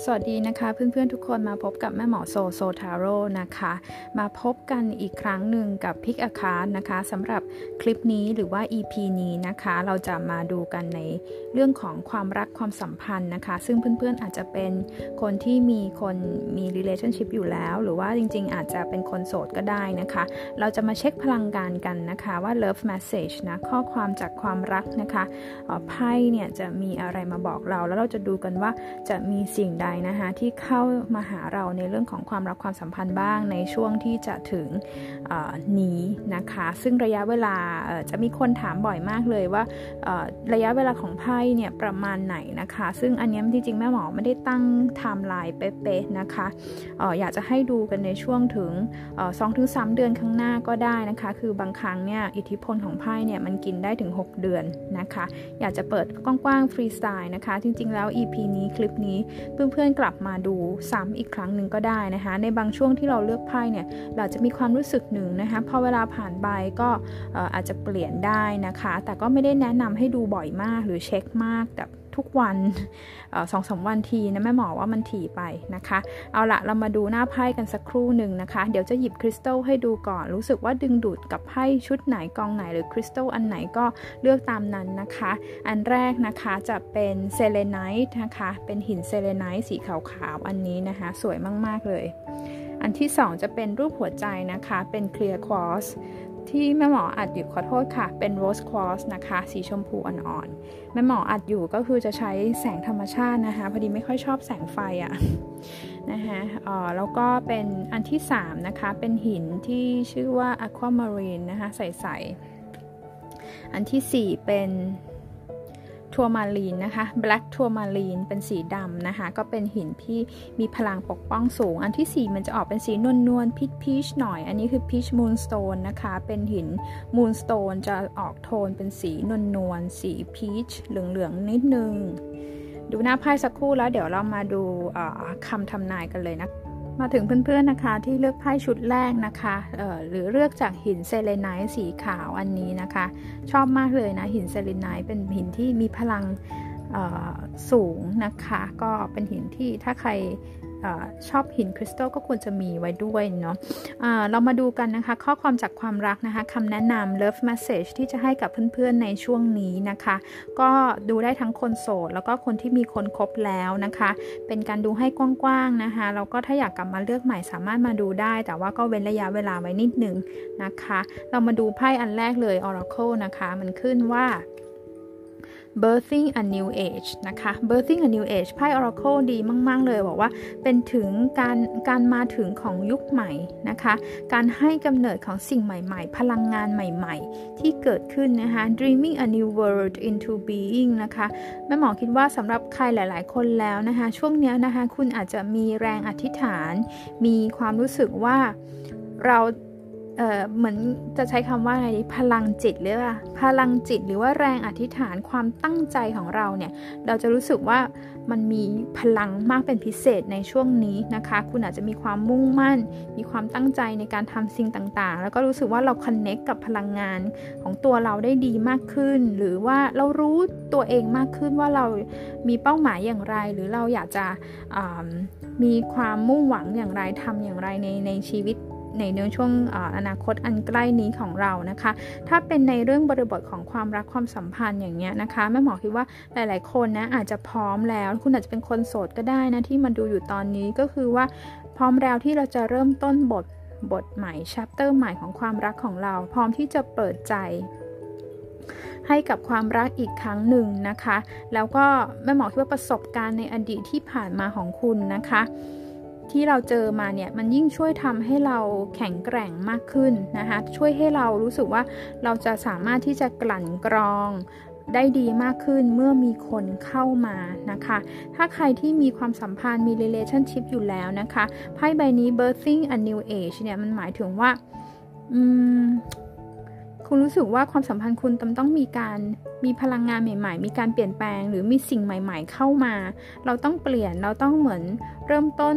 สวัสดีนะคะเพื่อนๆทุกคนมาพบกับแม่หมอโซทาโร่นะคะมาพบกันอีกครั้งหนึ่งกับพิกอาคาร์นะคะสำหรับคลิปนี้หรือว่า EP นี้นะคะเราจะมาดูกันในเรื่องของความรักความสัมพันธ์นะคะซึ่งเพื่อนๆอาจจะเป็นคนที่มี relationship อยู่แล้วหรือว่าจริงๆอาจจะเป็นคนโสดก็ได้นะคะเราจะมาเช็คพลังงานกันนะคะว่า love message นะข้อความจากความรักนะคะไพ่เนี่ยจะมีอะไรมาบอกเราแล้วเราจะดูกันว่าจะมีสิ่งใดนะคะที่เข้ามาหาเราในเรื่องของความรักความสัมพันธ์บ้างในช่วงที่จะถึงนี้นะคะซึ่งระยะเวลาจะมีคนถามบ่อยมากเลยว่าระยะเวลาของไพ่เนี่ยประมาณไหนนะคะซึ่งอันนี้จริงๆแม่หมอไม่ได้ตั้งไทม์ไลน์เป๊ะๆนะคะอยากจะให้ดูกันในช่วงถึง2-3 เดือนข้างหน้าก็ได้นะคะคือบางครั้งเนี่ยอิทธิพลของไพ่เนี่ยมันกินได้ถึง6 เดือนนะคะอยากจะเปิดกว้างๆฟรีสไตล์นะคะจริงๆแล้ว EP นี้คลิปนี้เพื่อนๆกลับมาดูซ้ำอีกครั้งหนึ่งก็ได้นะคะในบางช่วงที่เราเลือกไพ่เนี่ยเราจะมีความรู้สึกหนึ่งนะคะพอเวลาผ่านไปก็อาจจะเปลี่ยนได้นะคะแต่ก็ไม่ได้แนะนำให้ดูบ่อยมากหรือเช็คมากแบบทุกวัน2-3 วันทีนะแม่หมอว่ามันถี่ไปนะคะเอาละเรามาดูหน้าไพ่กันสักครู่หนึ่งนะคะเดี๋ยวจะหยิบคริสตัลให้ดูก่อนรู้สึกว่าดึงดูดกับไพ่ชุดไหนกองไหนหรือคริสตัลอันไหนก็เลือกตามนั้นนะคะอันแรกนะคะจะเป็นเซเลไนท์นะคะเป็นหินเซเลไนท์สีขาวๆอันนี้นะคะสวยมากๆเลยอันที่2จะเป็นรูปหัวใจนะคะเป็นเคลียร์ควอตซ์ที่แม่หมออัดอยู่ขอโทษค่ะเป็นโรสควอตซ์นะคะสีชมพูอ่อนๆแม่หมออัดอยู่ก็คือจะใช้แสงธรรมชาตินะคะพอดีไม่ค่อยชอบแสงไฟอะนะคะแล้วก็เป็นอันที่3นะคะเป็นหินที่ชื่อว่า Aquamarine นะคะใสๆอันที่4เป็นทัวร์มาลีนนะคะ Black ทัวร์มาลีนเป็นสีดำนะคะก็เป็นหินที่มีพลังปกป้องสูงอันที่4มันจะออกเป็นสีนวลๆพีชหน่อยอันนี้คือ Peach Moonstone นะคะเป็นหิน Moonstone จะออกโทนเป็นสีนวลสีพีชเหลืองๆนิดนึงดูหน้าไพ่สักครู่แล้วเดี๋ยวเรามาดูคำทำนายกันเลยนะมาถึงเพื่อนๆนะคะที่เลือกไพ่ชุดแรกนะคะหรือเลือกจากหินเซเลไนท์สีขาวอันนี้นะคะชอบมากเลยนะหินเซเลไนท์เป็นหินที่มีพลังสูงนะคะก็เป็นหินที่ถ้าใครชอบหินคริสตัลก็ควรจะมีไว้ด้วยเนาะเรามาดูกันนะคะข้อความจากความรักนะคะคำแนะนำ love message ที่จะให้กับเพื่อนๆในช่วงนี้นะคะก็ดูได้ทั้งคนโสดแล้วก็คนที่มีคนคบแล้วนะคะเป็นการดูให้กว้างๆนะคะแล้วก็ถ้าอยากกลับมาเลือกใหม่สามารถมาดูได้แต่ว่าก็เว้นระยะเวลาไว้นิดนึงนะคะเรามาดูไพ่อันแรกเลย Oracle นะคะมันขึ้นว่าbirthing a new age นะคะ birthing a new age ไพ่ Oracle ดีมากๆเลยบอกว่าเป็นถึงการมาถึงของยุคใหม่นะคะการให้กำเนิดของสิ่งใหม่ๆพลังงานใหม่ๆที่เกิดขึ้นนะคะ dreaming a new world into being นะคะแม่หมอคิดว่าสำหรับใครหลายๆคนแล้วนะคะช่วงนี้นะคะคุณอาจจะมีแรงอธิษฐานมีความรู้สึกว่าเราเหมือนจะใช้คำว่าอะไรดีพลังจิตหรือว่าพลังจิตหรือว่าแรงอธิษฐานความตั้งใจของเราเนี่ยเราจะรู้สึกว่ามันมีพลังมากเป็นพิเศษในช่วงนี้นะคะคุณอาจจะมีความมุ่งมั่นมีความตั้งใจในการทำสิ่งต่างๆแล้วก็รู้สึกว่าเราคอนเนคกับพลังงานของตัวเราได้ดีมากขึ้นหรือว่าเรารู้ตัวเองมากขึ้นว่าเรามีเป้าหมายอย่างไรหรือเราอยากจะมีความมุ่งหวังอย่างไรทำอย่างไรในชีวิตในช่วงอนาคตอันใกล้นี้ของเรานะคะถ้าเป็นในเรื่องบริบทของความรักความสัมพันธ์อย่างเงี้ยนะคะแม่หมอคิดว่าหลายๆคนนะอาจจะพร้อมแล้วคุณอาจจะเป็นคนโสดก็ได้นะที่มาดูอยู่ตอนนี้ก็คือว่าพร้อมแล้วที่เราจะเริ่มต้นบทใหม่ chapter ใหม่ของความรักของเราพร้อมที่จะเปิดใจให้กับความรักอีกครั้งหนึ่งนะคะแล้วก็แม่หมอคิดว่าประสบการณ์ในอดีตที่ผ่านมาของคุณนะคะที่เราเจอมาเนี่ยมันยิ่งช่วยทำให้เราแข็งแกร่งมากขึ้นนะคะช่วยให้เรารู้สึกว่าเราจะสามารถที่จะกลั่นกรองได้ดีมากขึ้นเมื่อมีคนเข้ามานะคะถ้าใครที่มีความสัมพันธ์มี relationship อยู่แล้วนะคะไพ่ใบนี้ birthing a new age เนี่ยมันหมายถึงว่าคุณรู้สึกว่าความสัมพันธ์คุณต้องมีพลังงานใหม่ๆมีการเปลี่ยนแปลงหรือมีสิ่งใหม่ๆเข้ามาเราต้องเปลี่ยนเราต้องเหมือนเริ่มต้น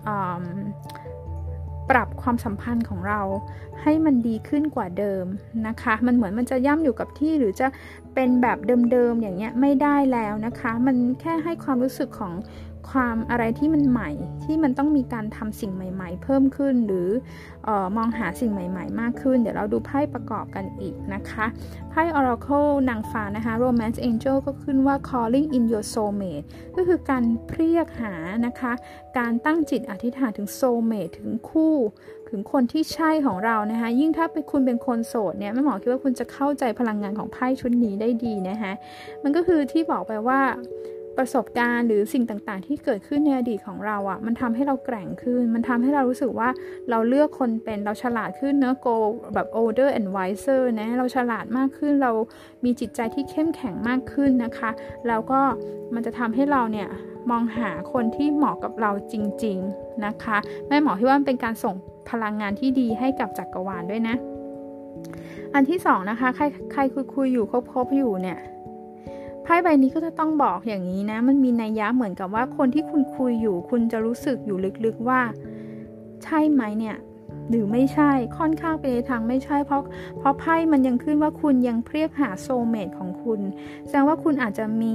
ปรับความสัมพันธ์ของเราให้มันดีขึ้นกว่าเดิมนะคะมันเหมือนมันจะย่ำอยู่กับที่หรือจะเป็นแบบเดิมๆอย่างเงี้ยไม่ได้แล้วนะคะมันแค่ให้ความรู้สึกของความอะไรที่มันใหม่ที่มันต้องมีการทำสิ่งใหม่ๆเพิ่มขึ้นหรือมองหาสิ่งใหม่ๆมากขึ้นเดี๋ยวเราดูไพ่ประกอบกันอีกนะคะไพ่ Oracle นางฟ้านะคะ Romance Angel ก็ขึ้นว่า calling in your soulmate ก็คือการเรียกหานะคะการตั้งจิตอธิษฐานถึง soulmate ถึงคู่ถึงคนที่ใช่ของเรานะคะยิ่งถ้าคุณเป็นคนโสดเนี่ยแม่หมอคิดว่าคุณจะเข้าใจพลังงานของไพ่ชุดนี้ได้ดีนะคะมันก็คือที่บอกไปว่าประสบการณ์หรือสิ่งต่างๆที่เกิดขึ้นในอดีตของเราอ่ะมันทำให้เราแกร่งขึ้นมันทำให้เรารู้สึกว่าเราเลือกคนเป็นเราฉลาดขึ้นเนอะ go แบบ older and wiser นะเราฉลาดมากขึ้นเรามีจิตใจที่เข้มแข็งมากขึ้นนะคะแล้วก็มันจะทำให้เราเนี่ยมองหาคนที่เหมาะกับเราจริงๆนะคะแม่หมอคิดว่ามันเป็นการส่งพลังงานที่ดีให้กับจักรวาลด้วยนะอันที่สองนะคะใครคุยอยู่คบอยู่เนี่ยไพ่ใบนี้ก็จะต้องบอกอย่างนี้นะมันมีนัยยะเหมือนกับว่าคนที่คุณคุยอยู่คุณจะรู้สึกอยู่ลึกๆว่าใช่ไหมเนี่ยหรือไม่ใช่ค่อนข้างไปในทางไม่ใช่เพราะไพ่มันยังขึ้นว่าคุณยังเรียกหาโซลเมทของคุณแสดงว่าคุณอาจจะมี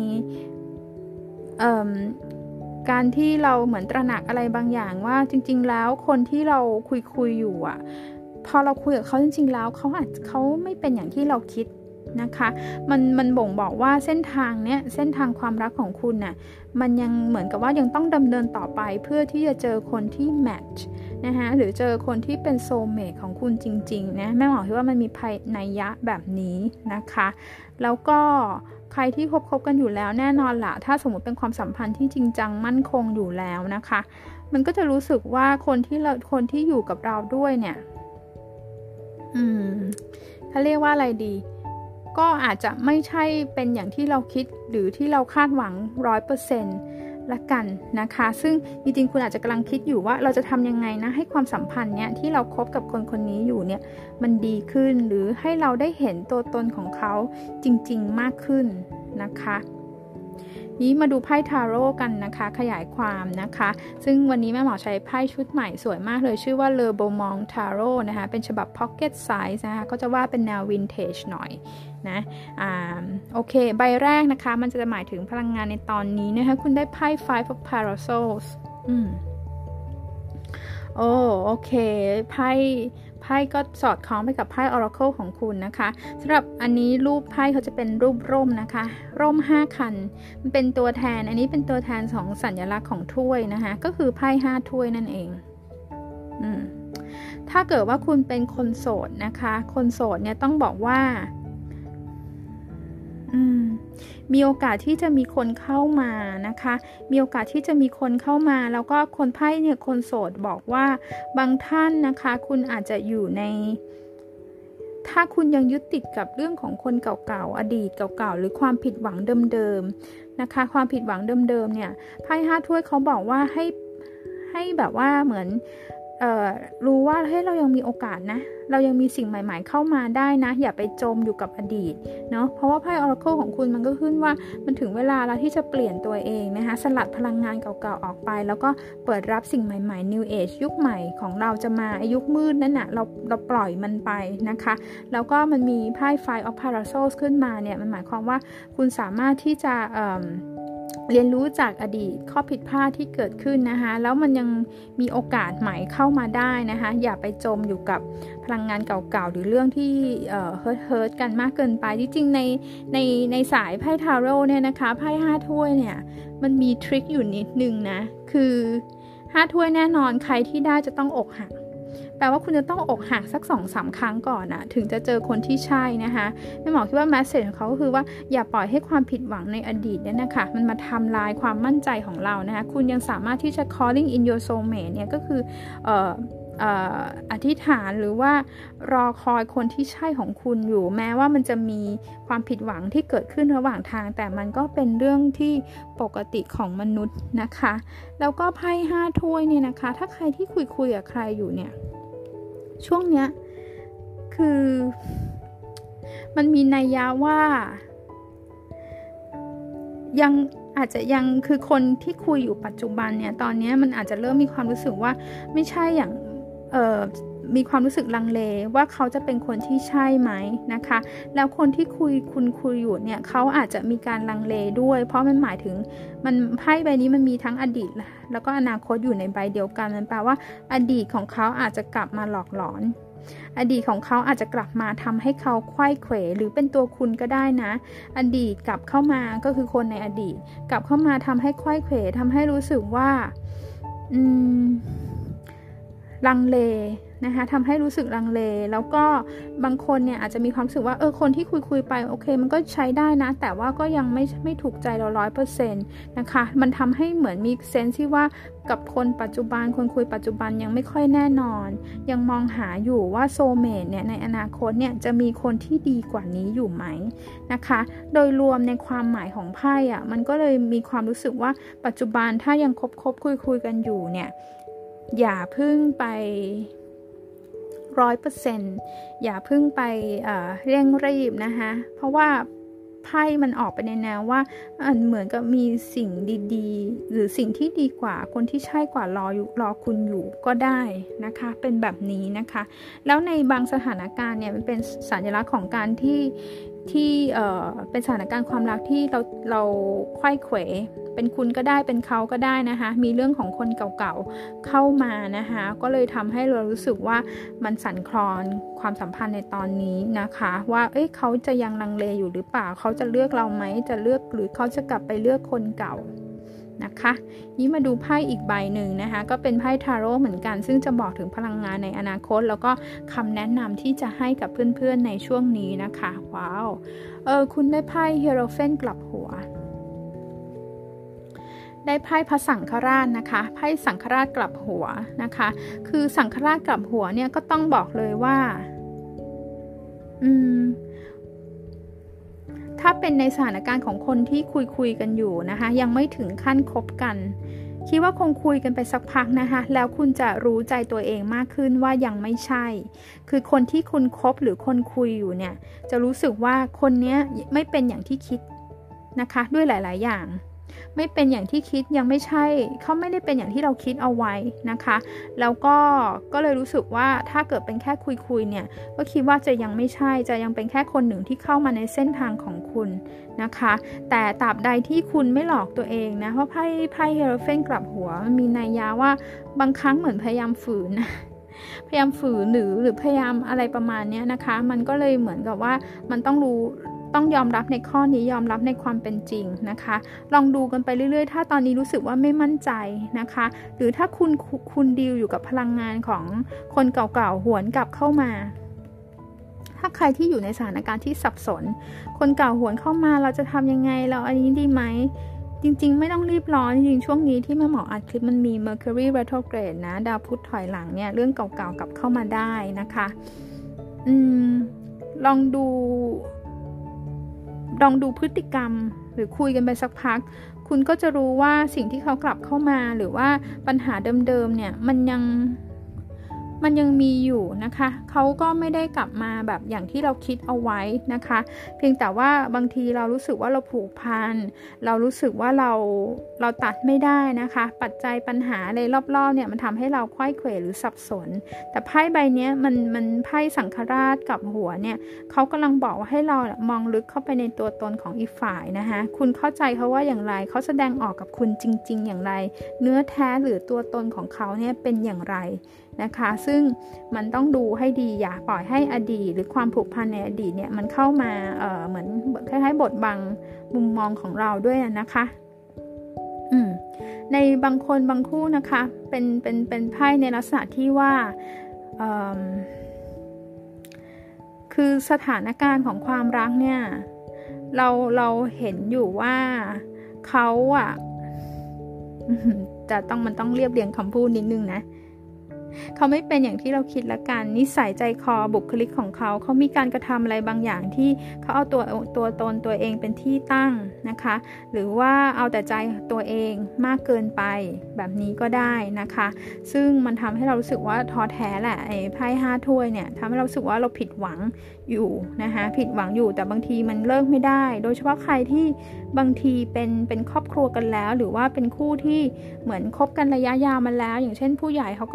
การที่เราเหมือนตระหนักอะไรบางอย่างว่าจริงๆแล้วคนที่เราคุยอยู่อ่ะพอเราคุยกับเขาจริงๆแล้วเขาไม่เป็นอย่างที่เราคิดนะคะมันบ่งบอกว่าเส้นทางความรักของคุณน่ะมันยังเหมือนกับว่ายังต้องดำเนินต่อไปเพื่อที่จะเจอคนที่แมทช์นะคะหรือเจอคนที่เป็นโซลเมทของคุณจริงๆนะแม่หมอคิดว่ามันมีนัยยะแบบนี้นะคะแล้วก็ใครที่คบกันอยู่แล้วแน่นอนล่ะถ้าสมมติเป็นความสัมพันธ์ที่จริงจังมั่นคงอยู่แล้วนะคะมันก็จะรู้สึกว่าคนที่อยู่กับเราด้วยเนี่ยเขาเรียกว่าอะไรดีก็อาจจะไม่ใช่เป็นอย่างที่เราคิดหรือที่เราคาดหวัง 100% ละกันนะคะซึ่งจริงๆคุณอาจจะกำลังคิดอยู่ว่าเราจะทำยังไงนะให้ความสัมพันธ์เนี้ยที่เราคบกับคนนี้อยู่เนี่ยมันดีขึ้นหรือให้เราได้เห็นตัวตนของเขาจริงๆมากขึ้นนะคะนี้มาดูไพ่ทาโร่กันนะคะขยายความนะคะซึ่งวันนี้แม่หมอใช้ไพ่ชุดใหม่สวยมากเลยชื่อว่า Le Beaumont Tarot นะคะเป็นฉบับ Pocket Size นะคะก็จะว่าเป็นแนว Vintage หน่อยนะโอเคใบแรกนะคะมันจะหมายถึงพลังงานในตอนนี้นะคะคุณได้ไพ่ Five of Parasols โอเคไพ่ก็สอดคล้องไปกับไพ่ Oracle ของคุณนะคะสำหรับอันนี้รูปไพ่เขาจะเป็นรูปร่มนะคะร่ม5คันมันเป็นตัวแทนอันนี้เป็นตัวแทนของสัญลักษณ์ของถ้วยนะคะก็คือไพ่5ถ้วยนั่นเองถ้าเกิดว่าคุณเป็นคนโสดนะคะคนโสดเนี่ยต้องบอกว่ามีโอกาสที่จะมีคนเข้ามานะคะมีโอกาสที่จะมีคนเข้ามาแล้วก็คนไพ่เนี่ยคนโสดบอกว่าบางท่านนะคะคุณอาจจะอยู่ในถ้าคุณยังยึดติดกับเรื่องของคนเก่าๆอดีตเก่าๆหรือความผิดหวังเดิมๆนะคะความผิดหวังเดิมๆเนี่ยไพ่5ถ้วยเขาบอกว่าให้แบบว่าเหมือนรู้ว่าให้เรายังมีโอกาสนะเรายังมีสิ่งใหม่ๆเข้ามาได้นะอย่าไปจมอยู่กับอดีตเนาะเพราะว่าไพ่ Oracle ของคุณมันก็ขึ้นว่ามันถึงเวลาแล้วที่จะเปลี่ยนตัวเองนะคะสลัดพลังงานเก่าๆออกไปแล้วก็เปิดรับสิ่งใหม่ๆ New Age ยุคใหม่ของเราจะมายุคมืดนั่นน่ะเราปล่อยมันไปนะคะแล้วก็มันมีไพ่ Five of Parasols ขึ้นมาเนี่ยมันหมายความว่าคุณสามารถที่จะเรียนรู้จากอดีตข้อผิดพลาดที่เกิดขึ้นนะคะแล้วมันยังมีโอกาสใหม่เข้ามาได้นะคะอย่าไปจมอยู่กับพลังงานเก่าๆหรือเรื่องที่เฮิร์ตกันมากเกินไปจริงๆในสายไพ่ทาโร่เนี่ยนะคะไพ่5ถ้วยเนี่ยมันมีทริคอยู่นิดนึงนะคือ5ถ้วยแน่นอนใครที่ได้จะต้องอกหักแปลว่าคุณจะต้องอกหักสัก 2-3 ครั้งก่อนนะถึงจะเจอคนที่ใช่นะคะแม่หมอคิดว่าแมสเสจของเขาก็คือว่าอย่าปล่อยให้ความผิดหวังในอดีตเนี่ยนะคะมันมาทำลายความมั่นใจของเรานะคะคุณยังสามารถที่จะ calling in your soulmate เนี่ยก็คืออธิษฐานหรือว่ารอคอยคนที่ใช่ของคุณอยู่แม้ว่ามันจะมีความผิดหวังที่เกิดขึ้นระหว่างทางแต่มันก็เป็นเรื่องที่ปกติของมนุษย์นะคะแล้วก็ไพ่5ถ้วยเนี่ยนะคะถ้าใครที่คุยกับใครอยู่เนี่ยช่วงเนี้ยคือมันมีนัยยะว่ายังอาจจะยังคือคนที่คุยอยู่ปัจจุบันเนี่ยตอนนี้มันอาจจะเริ่มมีความรู้สึกว่าไม่ใช่อย่างมีความรู้สึกลังเลว่าเขาจะเป็นคนที่ใช่ไหมนะคะแล้วคนที่คุณคุยอยู่เนี่ยเขาอาจจะมีการลังเลด้วยเพราะมันหมายถึงมันไพ่ใบนี้มันมีทั้งอดีตแล้วก็อนาคตอยู่ในใบเดียวกันมันแปลว่าอดีตของเขาอาจจะกลับมาหลอกหลอนอดีตของเขาอาจจะกลับมาทำให้เขาไขว้เขวหรือเป็นตัวคุณก็ได้นะอดีตกลับเข้ามาก็คือคนในอดีตกลับเข้ามาทำให้ไขว้เขวทำให้รู้สึกว่าลังเลนะคะทำให้รู้สึกลังเลแล้วก็บางคนเนี่ยอาจจะมีความรู้สึกว่าคนที่คุยไปโอเคมันก็ใช้ได้นะแต่ว่าก็ยังไม่ถูกใจเรา 100% นะคะมันทำให้เหมือนมีเซนส์ที่ว่ากับคนปัจจุบันคนคุยปัจจุบันยังไม่ค่อยแน่นอนยังมองหาอยู่ว่าโซลเมทเนี่ยในอนาคตเนี่ยจะมีคนที่ดีกว่านี้อยู่ไหมนะคะโดยรวมในความหมายของไพ่อ่ะมันก็เลยมีความรู้สึกว่าปัจจุบันถ้ายังคบคุยกันอยู่เนี่ยอย่าพึ่งไป 100% อย่าพึ่งไปเร่งรีบนะคะเพราะว่าไพ่มันออกไปในแนวว่าเหมือนกับมีสิ่งดีๆหรือสิ่งที่ดีกว่าคนที่ใช่กว่ารอคุณอยู่ก็ได้นะคะเป็นแบบนี้นะคะแล้วในบางสถานการณ์เนี่ยมันเป็นสัญลักษณ์ของการที่เป็นสถานการณ์ความรักที่เราไขว้เขวเป็นคุณก็ได้เป็นเขาก็ได้นะคะมีเรื่องของคนเก่าๆเข้ามานะคะก็เลยทำให้เรารู้สึกว่ามันสั่นคลอนความสัมพันธ์ในตอนนี้นะคะว่าเขาจะยังลังเลอยู่หรือเปล่าเขาจะเลือกเราไหมจะเลือกหรือเขาจะกลับไปเลือกคนเก่านะคะนี้มาดูไพ่อีกใบหนึ่งนะคะก็เป็นไพ่ทาโร่เหมือนกันซึ่งจะบอกถึงพลังงานในอนาคตแล้วก็คำแนะนำที่จะให้กับเพื่อนๆในช่วงนี้นะคะว้าวคุณได้ไพ่เฮียโรเฟนกลับหัวได้ไพ่พระสังฆราชนะคะไพ่สังฆราชกลับหัวนะคะคือสังฆราชกลับหัวเนี่ยก็ต้องบอกเลยว่าถ้าเป็นในสถานการณ์ของคนที่คุยกันอยู่นะคะยังไม่ถึงขั้นคบกันคิดว่าคงคุยกันไปสักพักนะคะแล้วคุณจะรู้ใจตัวเองมากขึ้นว่ายังไม่ใช่คือคนที่คุณคบหรือคนคุยอยู่เนี่ยจะรู้สึกว่าคนนี้ไม่เป็นอย่างที่คิดนะคะด้วยหลายๆอย่างไม่เป็นอย่างที่คิดยังไม่ใช่เขาไม่ได้เป็นอย่างที่เราคิดเอาไว้นะคะแล้วก็เลยรู้สึกว่าถ้าเกิดเป็นแค่คุยเนี่ยก็คิดว่าจะยังไม่ใช่จะยังเป็นแค่คนหนึ่งที่เข้ามาในเส้นทางของคุณนะคะแต่ตราบใดที่คุณไม่หลอกตัวเองนะเพราะไพ่เฮโรเฟนกลับหัวมันมีนัยยะว่าบางครั้งเหมือนพยายามฝืนหรือพยายามอะไรประมาณนี้นะคะมันก็เลยเหมือนกับว่ามันต้องยอมรับในข้อนี้ยอมรับในความเป็นจริงนะคะลองดูกันไปเรื่อยๆถ้าตอนนี้รู้สึกว่าไม่มั่นใจนะคะหรือถ้าคุณดีลอยู่กับพลังงานของคนเก่าๆหวนกลับเข้ามาถ้าใครที่อยู่ในสถานการณ์ที่สับสนคนเก่าหวนเข้ามาเราจะทำยังไงเราอันนี้ดีไหมจริงๆไม่ต้องรีบร้อนจริงๆช่วงนี้ที่แม่หมออัดคลิปมันมี Mercury retrograde นะดาวพุธถอยหลังเนี่ยเรื่องเก่าๆกลับเข้ามาได้นะคะลองดูพฤติกรรมหรือคุยกันไปสักพักคุณก็จะรู้ว่าสิ่งที่เขากลับเข้ามาหรือว่าปัญหาเดิมๆเนี่ยมันยังมีอยู่นะคะเขาก็ไม่ได้กลับมาแบบอย่างที่เราคิดเอาไว้นะคะเพียงแต่ว่าบางทีเรารู้สึกว่าเราผูกพันเรารู้สึกว่าเราตัดไม่ได้นะคะปัจจัยปัญหาอะไรรอบๆเนี่ยมันทำให้เราไขว้เขวหรือสับสนแต่ไพ่ใบนี้มันไพ่สังฆราชกับหัวเนี่ยเขากำลังบอกว่าให้เรามองลึกเข้าไปในตัวตนของอีกฝ่ายนะคะคุณเข้าใจเขาว่าอย่างไรเขาแสดงออกกับคุณจริงๆอย่างไรเนื้อแท้หรือตัวตนของเขาเนี่ยเป็นอย่างไรนะคะซึ่งมันต้องดูให้ดีอย่าปล่อยให้อดีตหรือความผูกพันในอดีตเนี่ยมันเข้ามาเหมือนคล้ายๆบทบังมุมมองของเราด้วยนะคะในบางคนบางคู่นะคะเป็นไพ่ในลักษณะที่ว่าคือสถานการณ์ของความรักเนี่ยเราเห็นอยู่ว่าเขามันต้องเรียบเรียงคำพูดนิดนึงนะเขาไม่เป็นอย่างที่เราคิดละกันนิสัยใจคอบุคลิกของเขามีการกระทำอะไรบางอย่างที่เขาเอาตัวตนตัวเองเป็นที่ตั้งนะคะหรือว่าเอาแต่ใจตัวเองมากเกินไปแบบนี้ก็ได้นะคะซึ่งมันทำให้เรารู้สึกว่าท้อแท้แหละไอ้ไพ่5 ถ้วยเนี่ยทำให้เรารู้สึกว่าเราผิดหวังอยู่นะคะผิดหวังอยู่แต่บางทีมันเลิกไม่ได้โดยเฉพาะใครที่บางทีเป็นครอบครัวกันแล้วหรือว่าเป็นคู่ที่เหมือนคบกันระยะยาวมาแล้วอย่างเช่นผู้ใหญ่เขาก็รับรู้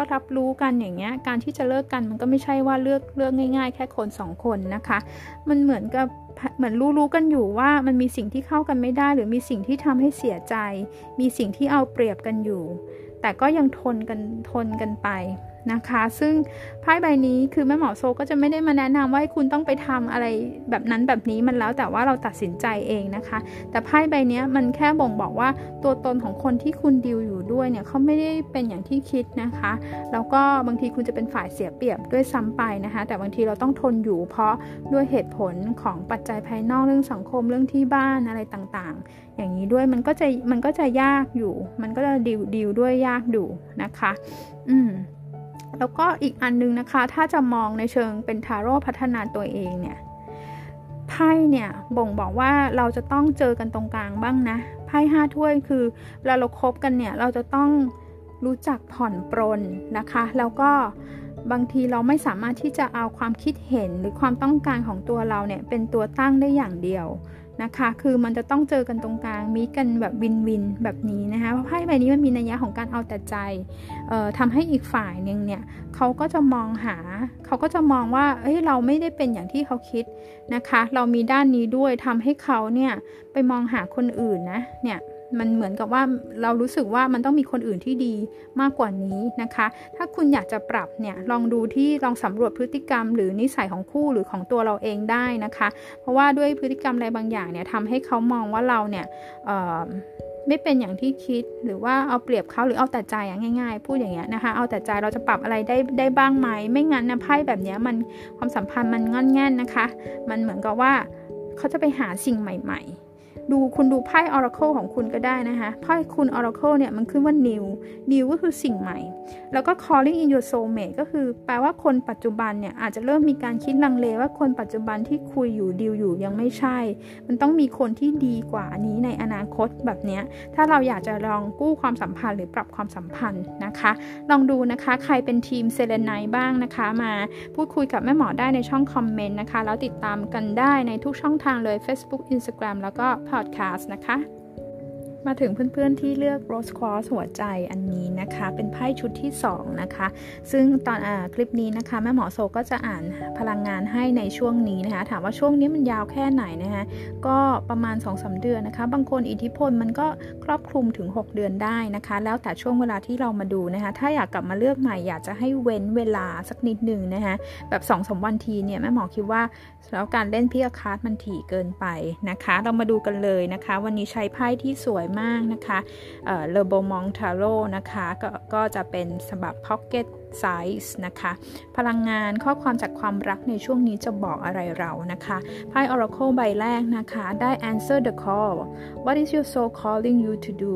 กันอย่างเงี้ยการที่จะเลิกกันมันก็ไม่ใช่ว่าเลือกง่ายๆแค่คน2คนนะคะมันเหมือนรู้กันอยู่ว่ามันมีสิ่งที่เข้ากันไม่ได้หรือมีสิ่งที่ทำให้เสียใจมีสิ่งที่เอาเปรียบกันอยู่แต่ก็ยังทนกันไปนะคะซึ่งไพ่ใบนี้คือแม่หมอโซก็จะไม่ได้มาแนะนำว่าคุณต้องไปทำอะไรแบบนั้นแบบนี้มันแล้วแต่ว่าเราตัดสินใจเองนะคะแต่ไพ่ใบนี้มันแค่บ่งบอกว่าตัวตนของคนที่คุณดีลอยู่ด้วยเนี่ยเขาไม่ได้เป็นอย่างที่คิดนะคะแล้วก็บางทีคุณจะเป็นฝ่ายเสียเปรียบด้วยซ้ำไปนะคะแต่บางทีเราต้องทนอยู่เพราะด้วยเหตุผลของปัจจัยภายนอกเรื่องสังคมเรื่องที่บ้านอะไรต่างๆอย่างนี้ด้วยมันก็จะยากอยู่มันก็จะดีลด้วยยากอยู่นะคะแล้วก็อีกอันนึงนะคะถ้าจะมองในเชิงเป็นทาโร่พัฒนาตัวเองเนี่ยไพ่เนี่ยบ่งบอกว่าเราจะต้องเจอกันตรงกลางบ้างนะไพ่5ถ้วยคือเวลาเราคบกันเนี่ยเราจะต้องรู้จักผ่อนปรนนะคะแล้วก็บางทีเราไม่สามารถที่จะเอาความคิดเห็นหรือความต้องการของตัวเราเนี่ยเป็นตัวตั้งได้อย่างเดียวนะคะคือมันจะต้องเจอกันตรงกลางมีกันแบบวินแบบนี้นะคะเพราะไพ่ใบนี้มันมีนัยยะของการเอาแต่ใจทำให้อีกฝ่ายนึงเนี่ยเขาก็จะมองว่าเราไม่ได้เป็นอย่างที่เขาคิดนะคะเรามีด้านนี้ด้วยทำให้เขาเนี่ยไปมองหาคนอื่นนะเนี่ยมันเหมือนกับว่าเรารู้สึกว่ามันต้องมีคนอื่นที่ดีมากกว่านี้นะคะถ้าคุณอยากจะปรับเนี่ยลองสำรวจพฤติกรรมหรือนิสัยของคู่หรือของตัวเราเองได้นะคะเพราะว่าด้วยพฤติกรรมอะไรบางอย่างเนี่ยทำให้เขามองว่าเราเนี่ยไม่เป็นอย่างที่คิดหรือว่าเอาเปรียบเขาหรือเอาแต่ใจง่ายๆพูดอย่างเงี้ยนะคะเอาแต่ใจเราจะปรับอะไรได้บ้างไหมไม่งั้นนะไพ่แบบนี้มันความสัมพันธ์มันงอนแง่นนะคะมันเหมือนกับว่าเขาจะไปหาสิ่งใหม่ๆคุณดูไพ่ Oracle ของคุณก็ได้นะคะไพ่คุณ Oracle เนี่ยมันขึ้นว่า new ก็คือสิ่งใหม่แล้วก็ calling in your soulmate ก็คือแปลว่าคนปัจจุบันเนี่ยอาจจะเริ่มมีการคิดลังเลว่าคนปัจจุบันที่คุยอยู่ดีลอยู่ยังไม่ใช่มันต้องมีคนที่ดีกว่านี้ในอนาคตแบบเนี้ยถ้าเราอยากจะลองกู้ความสัมพันธ์หรือปรับความสัมพันธ์นะคะลองดูนะคะใครเป็นทีมเซเลนไนท์บ้างนะคะมาพูดคุยกับแม่หมอได้ในช่องคอมเมนต์นะคะแล้วติดตามกันได้ในทุกช่องทางเลย Facebook Instagram แล้วก็podcast นะคะมาถึงเพื่อนๆที่เลือก Rose Quartz หัวใจอันนี้นะคะเป็นไพ่ชุดที่2นะคะซึ่งตอนคลิปนี้นะคะแม่หมอโซก็จะอ่านพลังงานให้ในช่วงนี้นะคะถามว่าช่วงนี้มันยาวแค่ไหนนะคะก็ประมาณ 2-3 เดือนนะคะบางคนอิทธิพลมันก็ครอบคลุมถึง6เดือนได้นะคะแล้วแต่ช่วงเวลาที่เรามาดูนะคะถ้าอยากกลับมาเลือกใหม่อยากจะให้เว้นเวลาสักนิดนึงนะคะแบบ 2-3 วันทีเนี่ยแม่หมอคิดว่าแล้วการเล่นพิกาคาร์ดมันถี่เกินไปนะคะเรามาดูกันเลยนะคะวันนี้ใช้ไพ่ที่สวยมากนะคะเลอโบมองทาโร่นะคะก็จะเป็นฉบับ Pocket Size นะคะพลังงานข้อความจากความรักในช่วงนี้จะบอกอะไรเรานะคะไพ่ Oracle ใบแรกนะคะได้ Answer the call What is your soul calling you to do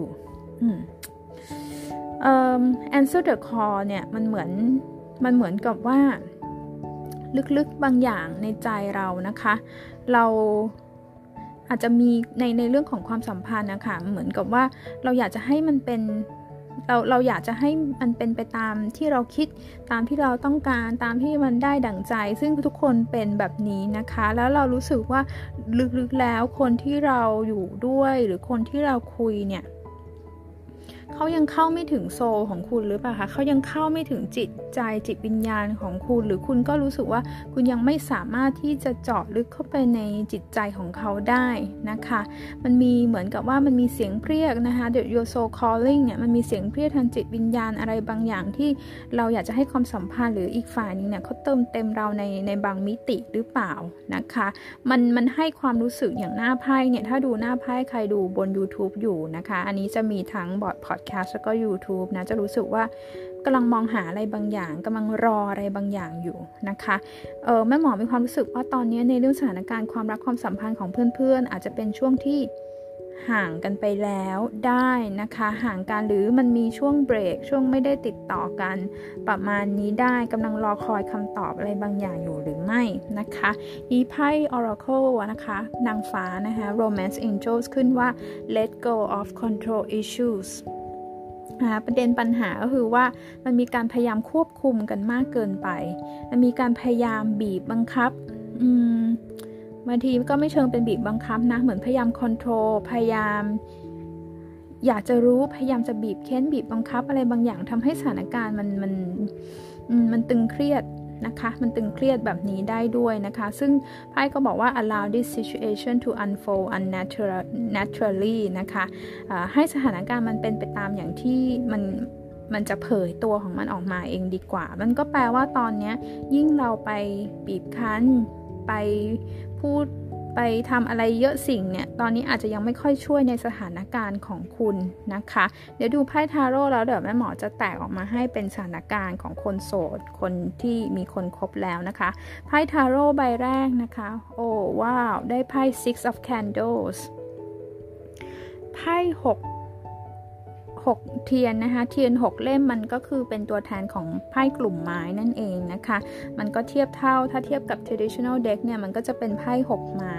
Answer the call เนี่ยมันเหมือนกับว่าลึกๆบางอย่างในใจเรานะคะเราอาจจะมีในเรื่องของความสัมพันธ์นะคะเหมือนกับว่าเราอยากจะให้มันเป็นเราอยากจะให้มันเป็นไปตามที่เราคิดตามที่เราต้องการตามที่มันได้ดั่งใจซึ่งทุกคนเป็นแบบนี้นะคะแล้วเรารู้สึกว่าลึกๆแล้วคนที่เราอยู่ด้วยหรือคนที่เราคุยเนี่ยเขายังเข้าไม่ถึงโซลของคุณหรือเปล่าคะเขายังเข้าไม่ถึงจิตใจจิตวิญญาณของคุณหรือคุณก็รู้สึกว่าคุณยังไม่สามารถที่จะเจาะลึกเข้าไปในจิตใจของเขาได้นะคะมันมีเหมือนกับว่ามันมีเสียงเรียกนะคะ your soul calling เนี่ยมันมีเสียงเรียกทางจิตวิญญาณอะไรบางอย่างที่เราอยากจะให้ความสัมพันธ์หรืออีกฝ่ายนึงเนี่ยเขาเติมเต็มเราในบางมิติหรือเปล่านะคะมันให้ความรู้สึกอย่างหน้าไพ่เนี่ยถ้าดูหน้าไพ่ใครดูบน YouTube อยู่นะคะอันนี้จะมีทั้งบอร์ดpodcast แล้วก็ YouTube นะจะรู้สึกว่ากำลังมองหาอะไรบางอย่างกำลังรออะไรบางอย่างอยู่นะคะแม่หมอมีความรู้สึกว่าตอนนี้ในเรื่องสถานการณ์ความรักความสัมพันธ์ของเพื่อนๆอาจจะเป็นช่วงที่ห่างกันไปแล้วได้นะคะห่างกันหรือมันมีช่วงเบรกช่วงไม่ได้ติดต่อกันประมาณนี้ได้กำลังรอคอยคำตอบอะไรบางอย่างอยู่หรือไม่นะคะอีไพ่ Oracle นะคะนางฟ้านะคะ Romance Angels ขึ้นว่า Let go of control issuesประเด็นปัญหาก็คือว่ามันมีการพยายามควบคุมกันมากเกินไปมันมีการพยายามบีบบังคับางทีก็ไม่เชิงเป็นบีบบังคับนะเหมือนพยายามคอนโทรลพยายามอยากจะรู้พยายามจะบีบเค้นบีบบังคับอะไรบางอย่างทำให้สถานการณ์มันตึงเครียดนะคะมันตึงเครียดแบบนี้ได้ด้วยนะคะซึ่งไพ่ก็บอกว่า allow this situation to unfold naturally นะคะให้สถานการณ์มันเป็นไปตามอย่างที่มันจะเผยตัวของมันออกมาเองดีกว่ามันก็แปลว่าตอนนี้ยิ่งเราไปบีบคั้นไปพูดไปทำอะไรเยอะสิ่งเนี่ยตอนนี้อาจจะยังไม่ค่อยช่วยในสถานการณ์ของคุณนะคะเดี๋ยวดูไพ่ทาโร่แล้วเดี๋ยวแม่หมอจะแตกออกมาให้เป็นสถานการณ์ของคนโสดคนที่มีคนคบแล้วนะคะไพ่ทาโร่ใบแรกนะคะโอ้ว้าวได้ไพ่ Six of Candles ไพ่6เทียนนะคะเทียน6เล่มมันก็คือเป็นตัวแทนของไพ่กลุ่มไม้นั่นเองนะคะมันก็เทียบเท่าถ้าเทียบกับ traditional deck เนี่ยมันก็จะเป็นไพ่6ไม้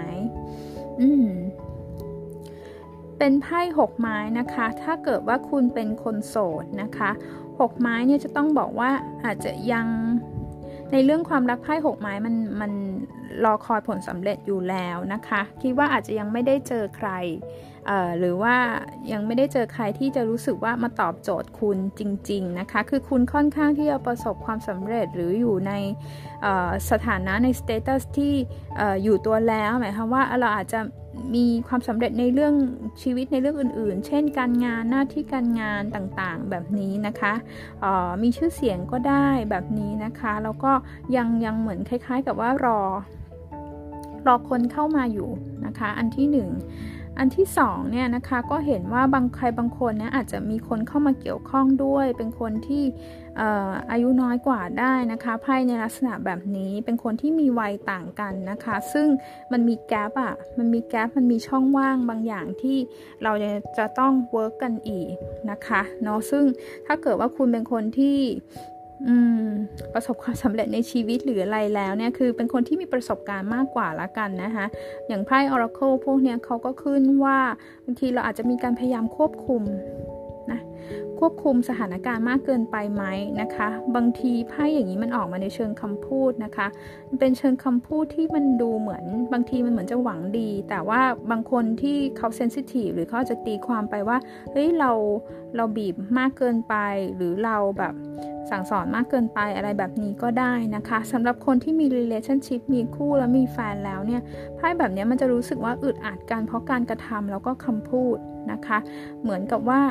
เป็นไพ่6ไม้นะคะถ้าเกิดว่าคุณเป็นคนโสดนะคะ6ไม้เนี่ยจะต้องบอกว่าอาจจะยังในเรื่องความรักไพ่6ไม้มันรอคอยผลสำเร็จอยู่แล้วนะคะคิดว่าอาจจะยังไม่ได้เจอใครหรือว่ายังไม่ได้เจอใครที่จะรู้สึกว่ามาตอบโจทย์คุณจริงๆนะคะคือคุณค่อนข้างที่จะประสบความสำเร็จหรืออยู่ในสถานะในสเตตัสที่อยู่ตัวแล้วหมายความว่าเราอาจจะมีความสำเร็จในเรื่องชีวิตในเรื่องอื่นๆเช่นการงานหน้าที่การงานต่างๆแบบนี้นะคะมีชื่อเสียงก็ได้แบบนี้นะคะแล้วก็ยังเหมือนคล้ายๆกับว่ารอคนเข้ามาอยู่นะคะอันที่1อันที่2เนี่ยนะคะก็เห็นว่าใครบางคนเนี่ยอาจจะมีคนเข้ามาเกี่ยวข้องด้วยเป็นคนที่อายุน้อยกว่าได้นะคะไพ่ในลักษณะแบบนี้เป็นคนที่มีวัยต่างกันนะคะซึ่งมันมีแกปมันมีช่องว่างบางอย่างที่เราจะต้องเวิร์กกันอีกนะคะเนาะซึ่งถ้าเกิดว่าคุณเป็นคนที่ประสบความสำเร็จในชีวิตหรืออะไรแล้วเนี่ยคือเป็นคนที่มีประสบการณ์มากกว่าละกันนะคะอย่างไพ่ Oracle พวกเนี้ยเขาก็ขึ้นว่าบางทีเราอาจจะมีการพยายามควบคุมสถานการณ์มากเกินไปไหมนะคะบางทีไพ่อย่างนี้มันออกมาในเชิงคำพูดนะคะมันเป็นเชิงคำพูดที่มันดูเหมือนบางทีมันเหมือนจะหวังดีแต่ว่าบางคนที่เขาเซนซิทีฟหรือเขาจะตีความไปว่าเฮ้ยเราบีบมากเกินไปหรือเราแบบสั่งสอนมากเกินไปอะไรแบบนี้ก็ได้นะคะสำหรับคนที่มี relationship มีคู่แล้วมีแฟนแล้วเนี่ยไพ่แบบนี้มันจะรู้สึกว่าอึดอัดกันเพราะการกระทำแล้วก็คำพูดนะคะเหมือนกับว่า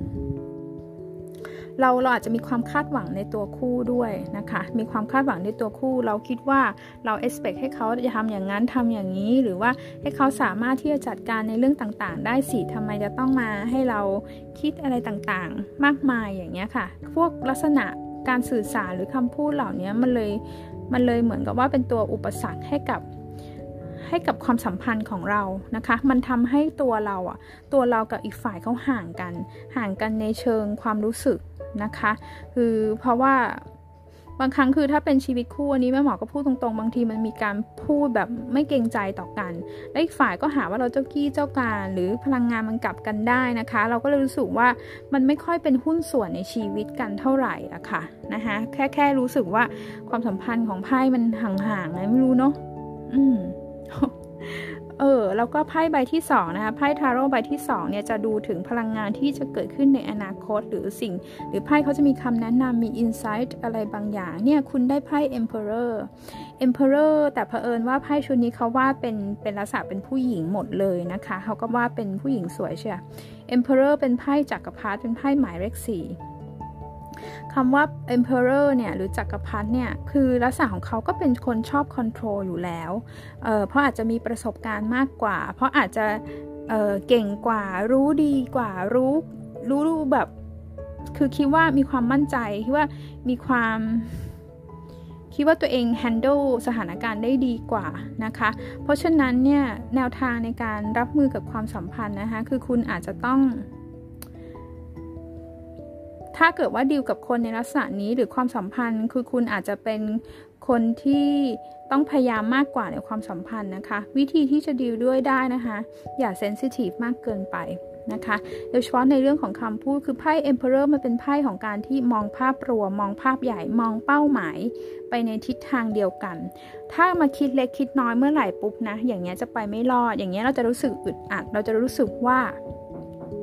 เราอาจจะมีความคาดหวังในตัวคู่ด้วยนะคะมีความคาดหวังในตัวคู่เราคิดว่าเรา expect ให้เขาจะทำอย่างนั้นทำอย่างนี้หรือว่าให้เขาสามารถที่จะจัดการในเรื่องต่างๆได้สิทำไมจะต้องมาให้เราคิดอะไรต่างๆมากมายอย่างเงี้ยค่ะพวกลักษณะการสื่อสารหรือคำพูดเหล่านี้มันเลยเหมือนกับว่าเป็นตัวอุปสรรคให้กับความสัมพันธ์ของเรานะคะมันทำให้ตัวเรากับอีกฝ่ายเขาห่างกันในเชิงความรู้สึกนะคะคือเพราะว่าบางครั้งคือถ้าเป็นชีวิตคู่อันนี้แม่หมอก็พูดตรงๆบางทีมันมีการพูดแบบไม่เกรงใจต่อกันและอีกฝ่ายก็หาว่าเราเจ้ากี้เจ้าการหรือพลังงานมันกลับกันได้นะคะเราก็เลยรู้สึกว่ามันไม่ค่อยเป็นหุ้นส่วนในชีวิตกันเท่าไหร่อะค่ะนะคะแค่รู้สึกว่าความสัมพันธ์ของไพ่มันห่างๆไงไม่รู้เนาะแล้วก็ไพ่ใบที่2นะคะไพ่ทาโร่ใบที่2เนี่ยจะดูถึงพลังงานที่จะเกิดขึ้นในอนาคตหรือไพ่เขาจะมีคำแนะนำมี insight อะไรบางอย่างเนี่ยคุณได้ไพ่ Emperor แต่เผอิญว่าไพ่ชุดนี้เขาว่าเป็นลักษณะเป็นผู้หญิงหมดเลยนะคะเขาก็ว่าเป็นผู้หญิงสวยใช่ไหม Emperor เป็นไพ่จักรพรรดิเป็นไพ่หมายเลข4คำว่า Emperor เนี่ยหรือจักรพรรดิเนี่ยคือลักษณะของเขาก็เป็นคนชอบ control อยู่แล้วเพราะอาจจะมีประสบการณ์มากกว่าเพราะอาจจะเก่งกว่ารู้ดีกว่ารู้แบบคือคิดว่ามีความมั่นใจคิดว่าตัวเอง handle สถานการณ์ได้ดีกว่านะคะเพราะฉะนั้นเนี่ยแนวทางในการรับมือกับความสัมพันธ์นะคะคือคุณอาจจะต้องถ้าเกิดว่าดีลกับคนในลักษณะนี้หรือความสัมพันธ์คือคุณอาจจะเป็นคนที่ต้องพยายามมากกว่าในความสัมพันธ์นะคะวิธีที่จะดีลด้วยได้นะคะอย่าเซนซิทีฟมากเกินไปนะคะโดยเฉพาะในเรื่องของคำพูดคือไพ่ Emperor มันเป็นไพ่ของการที่มองภาพรวมมองภาพใหญ่มองเป้าหมายไปในทิศทางเดียวกันถ้ามาคิดเล็กคิดน้อยเมื่อไหร่ปุ๊บนะอย่างเงี้ยจะไปไม่รอดอย่างเงี้ยเราจะรู้สึกอึดอัดเราจะรู้สึกว่า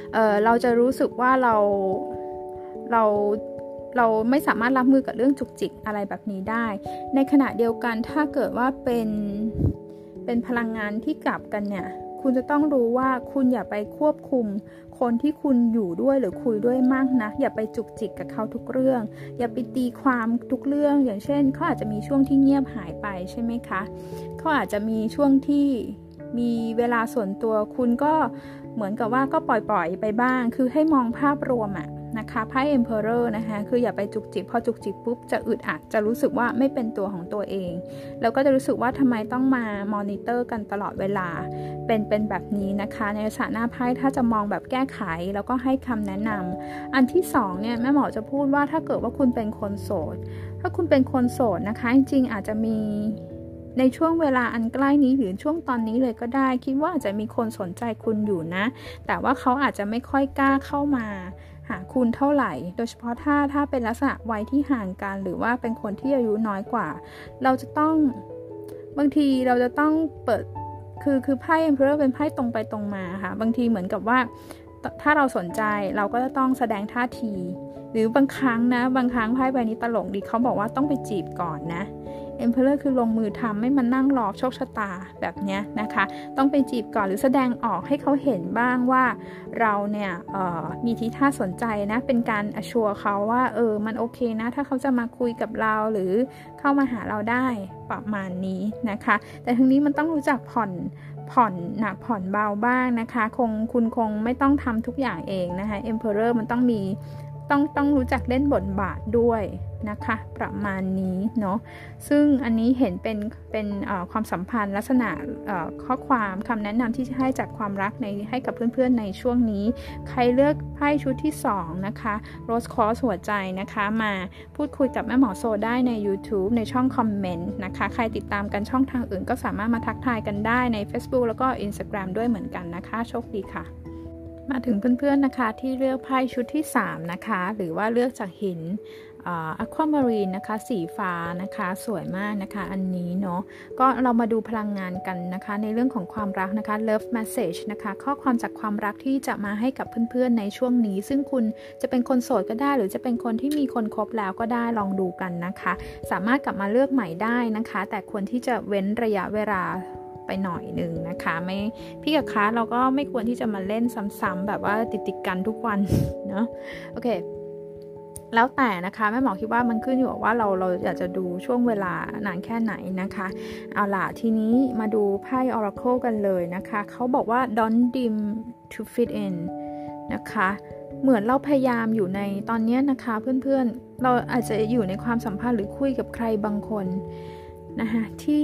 เราจะรู้สึกว่าเราไม่สามารถรับมือกับเรื่องจุกจิกอะไรแบบนี้ได้ในขณะเดียวกันถ้าเกิดว่าเป็นพลังงานที่กลับกันเนี่ยคุณจะต้องรู้ว่าคุณอย่าไปควบคุมคนที่คุณอยู่ด้วยหรือคุยด้วยมากนะอย่าไปจุกจิกกับเขาทุกเรื่องอย่าไปตีความทุกเรื่องอย่างเช่นเขาอาจจะมีช่วงที่เงียบหายไปใช่ไหมคะเขาอาจจะมีช่วงที่มีเวลาส่วนตัวคุณก็เหมือนกับว่าก็ปล่อยไปบ้างคือให้มองภาพรวมนะคะไพ่ Emperor นะคะคืออย่าไปจุกจิกพอจุกจิกปุ๊บจะอึดอัดจะรู้สึกว่าไม่เป็นตัวของตัวเองแล้วก็จะรู้สึกว่าทำไมต้องมามอนิเตอร์กันตลอดเวลาเป็นแบบนี้นะคะในลักษณะหน้าไพ่ถ้าจะมองแบบแก้ไขแล้วก็ให้คำแนะนำอันที่2เนี่ยแม่หมอจะพูดว่าถ้าเกิดว่าคุณเป็นคนโสดถ้าคุณเป็นคนโสดนะคะจริงๆอาจจะมีในช่วงเวลาอันใกล้นี้หรือช่วงตอนนี้เลยก็ได้คิดว่าอาจจะมีคนสนใจคุณอยู่นะแต่ว่าเขาอาจจะไม่ค่อยกล้าเข้ามาหาคุณเท่าไหร่โดยเฉพาะถ้าเป็นลักษณะวัยที่ห่างกันหรือว่าเป็นคนที่อายุน้อยกว่าเราจะต้องบางทีเราจะต้องเปิดคือไพ่ Emperor เป็นไพ่ตรงไปตรงมาค่ะบางทีเหมือนกับว่าถ้าเราสนใจเราก็จะต้องแสดงท่าทีหรือบางครั้งไพ่ใบนี้ตลกดีเขาบอกว่าต้องไปจีบก่อนนะEmperor คือลงมือทำไม่มันนั่งรอโชคชะตาแบบนี้นะคะต้องไปจีบก่อนหรือแสดงออกให้เขาเห็นบ้างว่าเราเนี่ยมีทีท่าสนใจนะเป็นการอชัวร์เขาว่ามันโอเคนะถ้าเขาจะมาคุยกับเราหรือเข้ามาหาเราได้ประมาณนี้นะคะแต่ทั้งนี้มันต้องรู้จักผ่อนหนักผ่อนเบาบ้างนะคะคุณคงไม่ต้องทำทุกอย่างเองนะคะ Emperor มันต้องมีต้องรู้จักเล่นบทบาทด้วยนะคะประมาณนี้เนาะซึ่งอันนี้เห็นเป็นความสัมพันธ์ลักษณะข้อความคำแนะนำที่จะให้จากความรักให้กับเพื่อนๆในช่วงนี้ใครเลือกไพ่ชุดที่2นะคะโรสคอสหัวใจนะคะมาพูดคุยกับแม่หมอโซได้ใน YouTube ในช่องคอมเมนต์นะคะใครติดตามกันช่องทางอื่นก็สามารถมาทักทายกันได้ใน Facebook แล้วก็ Instagram ด้วยเหมือนกันนะคะโชคดีค่ะมาถึงเพื่อนๆนะคะที่เลือกไพ่ชุดที่3นะคะหรือว่าเลือกจากหินอะความารีนนะคะสีฟ้านะคะสวยมากนะคะอันนี้เนาะก็เรามาดูพลังงานกันนะคะในเรื่องของความรักนะคะ love message นะคะข้อความจากความรักที่จะมาให้กับเพื่อนๆในช่วงนี้ซึ่งคุณจะเป็นคนโสดก็ได้หรือจะเป็นคนที่มีคนคบแล้วก็ได้ลองดูกันนะคะสามารถกลับมาเลือกใหม่ได้นะคะแต่ควรที่จะเว้นระยะเวลาไปหน่อยหนึ่งนะคะไม่พี่กับค้าเราก็ไม่ควรที่จะมาเล่นซ้ำๆแบบว่าติดกันทุกวันเนาะโอเคแล้วแต่นะคะแม่หมอคิดว่ามันขึ้นอยู่กับว่าเราอยากจะดูช่วงเวลานานแค่ไหนนะคะเอาล่ะทีนี้มาดูไพ่ Oracle กันเลยนะคะเขาบอกว่า don't dim to fit in นะคะเหมือนเราพยายามอยู่ในตอนนี้นะคะเพื่อนๆเราอาจจะอยู่ในความสัมพันธ์หรือคุยกับใครบางคนนะคะที่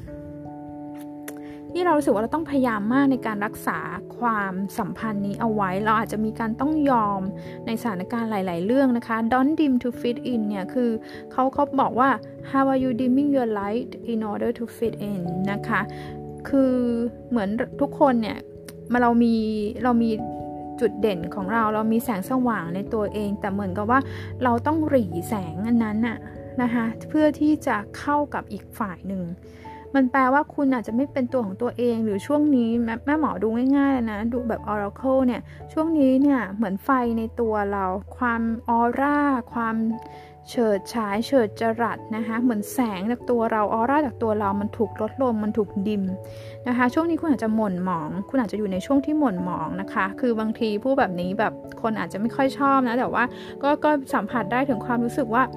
เรารู้สึกว่าเราต้องพยายามมากในการรักษาความสัมพันธ์นี้เอาไว้เราอาจจะมีการต้องยอมในสถานการณ์หลายๆเรื่องนะคะ don't dim to fit in เนี่ยคือเขาบอกว่า how are you dimming your light in order to fit in นะคะคือเหมือนทุกคนเนี่ยเรามีจุดเด่นของเรามีแสงสว่างในตัวเองแต่เหมือนกับว่าเราต้องหรี่แสงอันนั้นนะคะเพื่อที่จะเข้ากับอีกฝ่ายหนึ่งมันแปลว่าคุณอาจจะไม่เป็นตัวของตัวเองหรือช่วงนี้แม่หมอดูง่ายๆนะดูแบบ Oracle เนี่ยช่วงนี้เนี่ยเหมือนไฟในตัวเราความออร่าความเฉิดฉายเฉิดจรัสนะคะเหมือนแสงจากตัวเราออร่าจากตัวเรามันถูกลดลงมันถูกดิมนะคะช่วงนี้คุณอาจจะหม่นหมองคุณอาจจะอยู่ในช่วงที่หม่นหมองนะคะคือบางทีพูดแบบนี้แบบคนอาจจะไม่ค่อยชอบนะแต่ว่าก็สัมผัสได้ถึงความรู้สึกว่า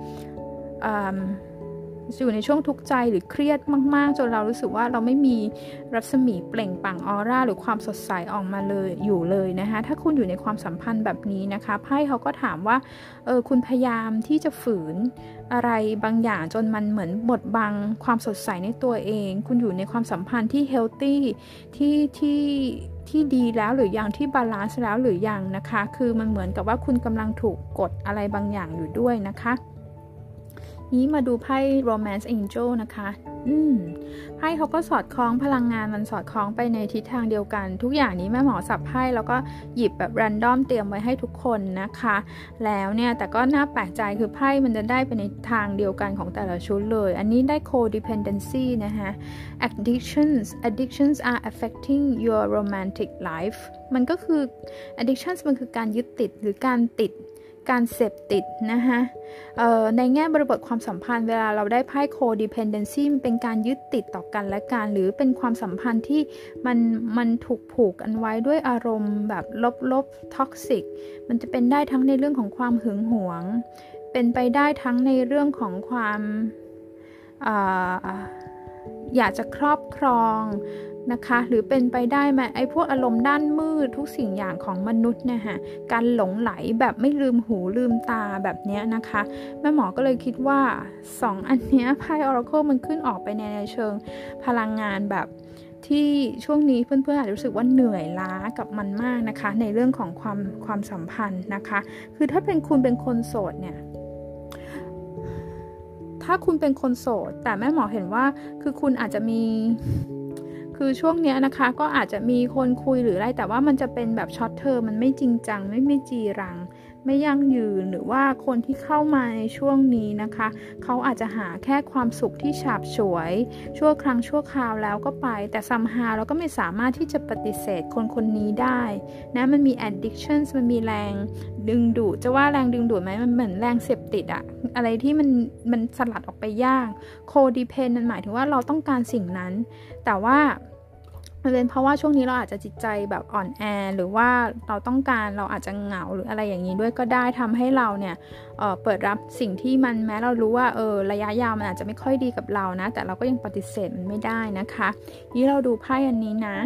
อยู่ในช่วงทุกข์ใจหรือเครียดมากๆจนเรารู้สึกว่าเราไม่มีรัศมีเปล่งปลั่งออร่าหรือความสดใสออกมาเลยอยู่เลยนะคะถ้าคุณอยู่ในความสัมพันธ์แบบนี้นะคะไพ่เขาก็ถามว่าคุณพยายามที่จะฝืนอะไรบางอย่างจนมันเหมือนบดบังความสดใสในตัวเองคุณอยู่ในความสัมพันธ์ที่เฮลตี้ที่ดีแล้วหรือยังที่บาลานซ์แล้วหรือยังนะคะคือมันเหมือนกับว่าคุณกำลังถูกกดอะไรบางอย่างอยู่ด้วยนะคะนี้มาดูไพ่ Romance Angel นะคะไพ่เขาก็สอดคล้องพลังงานมันสอดคล้องไปในทิศทางเดียวกันทุกอย่างนี้แม่หมอสับไพ่แล้วก็หยิบแบบแรนดอมเตรียมไว้ให้ทุกคนนะคะแล้วเนี่ยแต่ก็น่าแปลกใจคือไพ่มันจะได้ไปในทางเดียวกันของแต่ละชุดเลยอันนี้ได้ codependency นะคะ addictions are affecting your romantic life มันก็คือ addictions มันคือการยึดติดหรือการติดการเสพติดนะคะในแง่บริบทความสัมพันธ์เวลาเราได้ไพ่ codependency มันเป็นการยึดติดต่อกันและกันหรือเป็นความสัมพันธ์ที่มันถูกผูกกันไว้ด้วยอารมณ์แบบลบๆ toxic มันจะเป็นได้ทั้งในเรื่องของความหึงหวงเป็นไปได้ทั้งในเรื่องของความอยากจะครอบครองนะคะหรือเป็นไปได้ไหมไอ้พวกอารมณ์ด้านมืดทุกสิ่งอย่างของมนุษย์เนี่ยฮะการหลงไหลแบบไม่ลืมหูลืมตาแบบนี้นะคะแม่หมอก็เลยคิดว่า2อันเนี้ยไพ่ Oracle มันขึ้นออกไปในเชิงพลังงานแบบที่ช่วงนี้เพื่อนๆอาจจะรู้สึกว่าเหนื่อยล้ากับมันมากนะคะในเรื่องของความสัมพันธ์นะคะคือถ้าคุณเป็นคนโสดเนี่ยถ้าคุณเป็นคนโสดแต่แม่หมอเห็นว่าคือคุณอาจจะมีคือช่วงนี้นะคะก็อาจจะมีคนคุยหรืออะไรแต่ว่ามันจะเป็นแบบช็อตเทอมมันไม่จริงจังไม่จีรังไม่ยั่งยืนหรือว่าคนที่เข้ามาในช่วงนี้นะคะเขาอาจจะหาแค่ความสุขที่ฉาบฉวยชั่วครั้งชั่วคราวแล้วก็ไปแต่somehowเราก็ไม่สามารถที่จะปฏิเสธคนนี้ได้นะมันมี addiction มันมีแรงดึงดูดจะว่าแรงดึงดูดไหมมันเหมือนแรงเสพติดอะอะไรที่มันสลัดออกไปยาก codependent มันหมายถึงว่าเราต้องการสิ่งนั้นแต่ว่ามันเป็นเพราะว่าช่วงนี้เราอาจจะจิตใจแบบอ่อนแอหรือว่าเราต้องการเราอาจจะเหงาหรืออะไรอย่างนี้ด้วยก็ได้ทำให้เราเนี่ยเปิดรับสิ่งที่มันแม้เรารู้ว่าระยะยาวมันอาจจะไม่ค่อยดีกับเรานะแต่เราก็ยังปฏิเสธมันไม่ได้นะคะนี่เราดูไพ่อันนี้นะ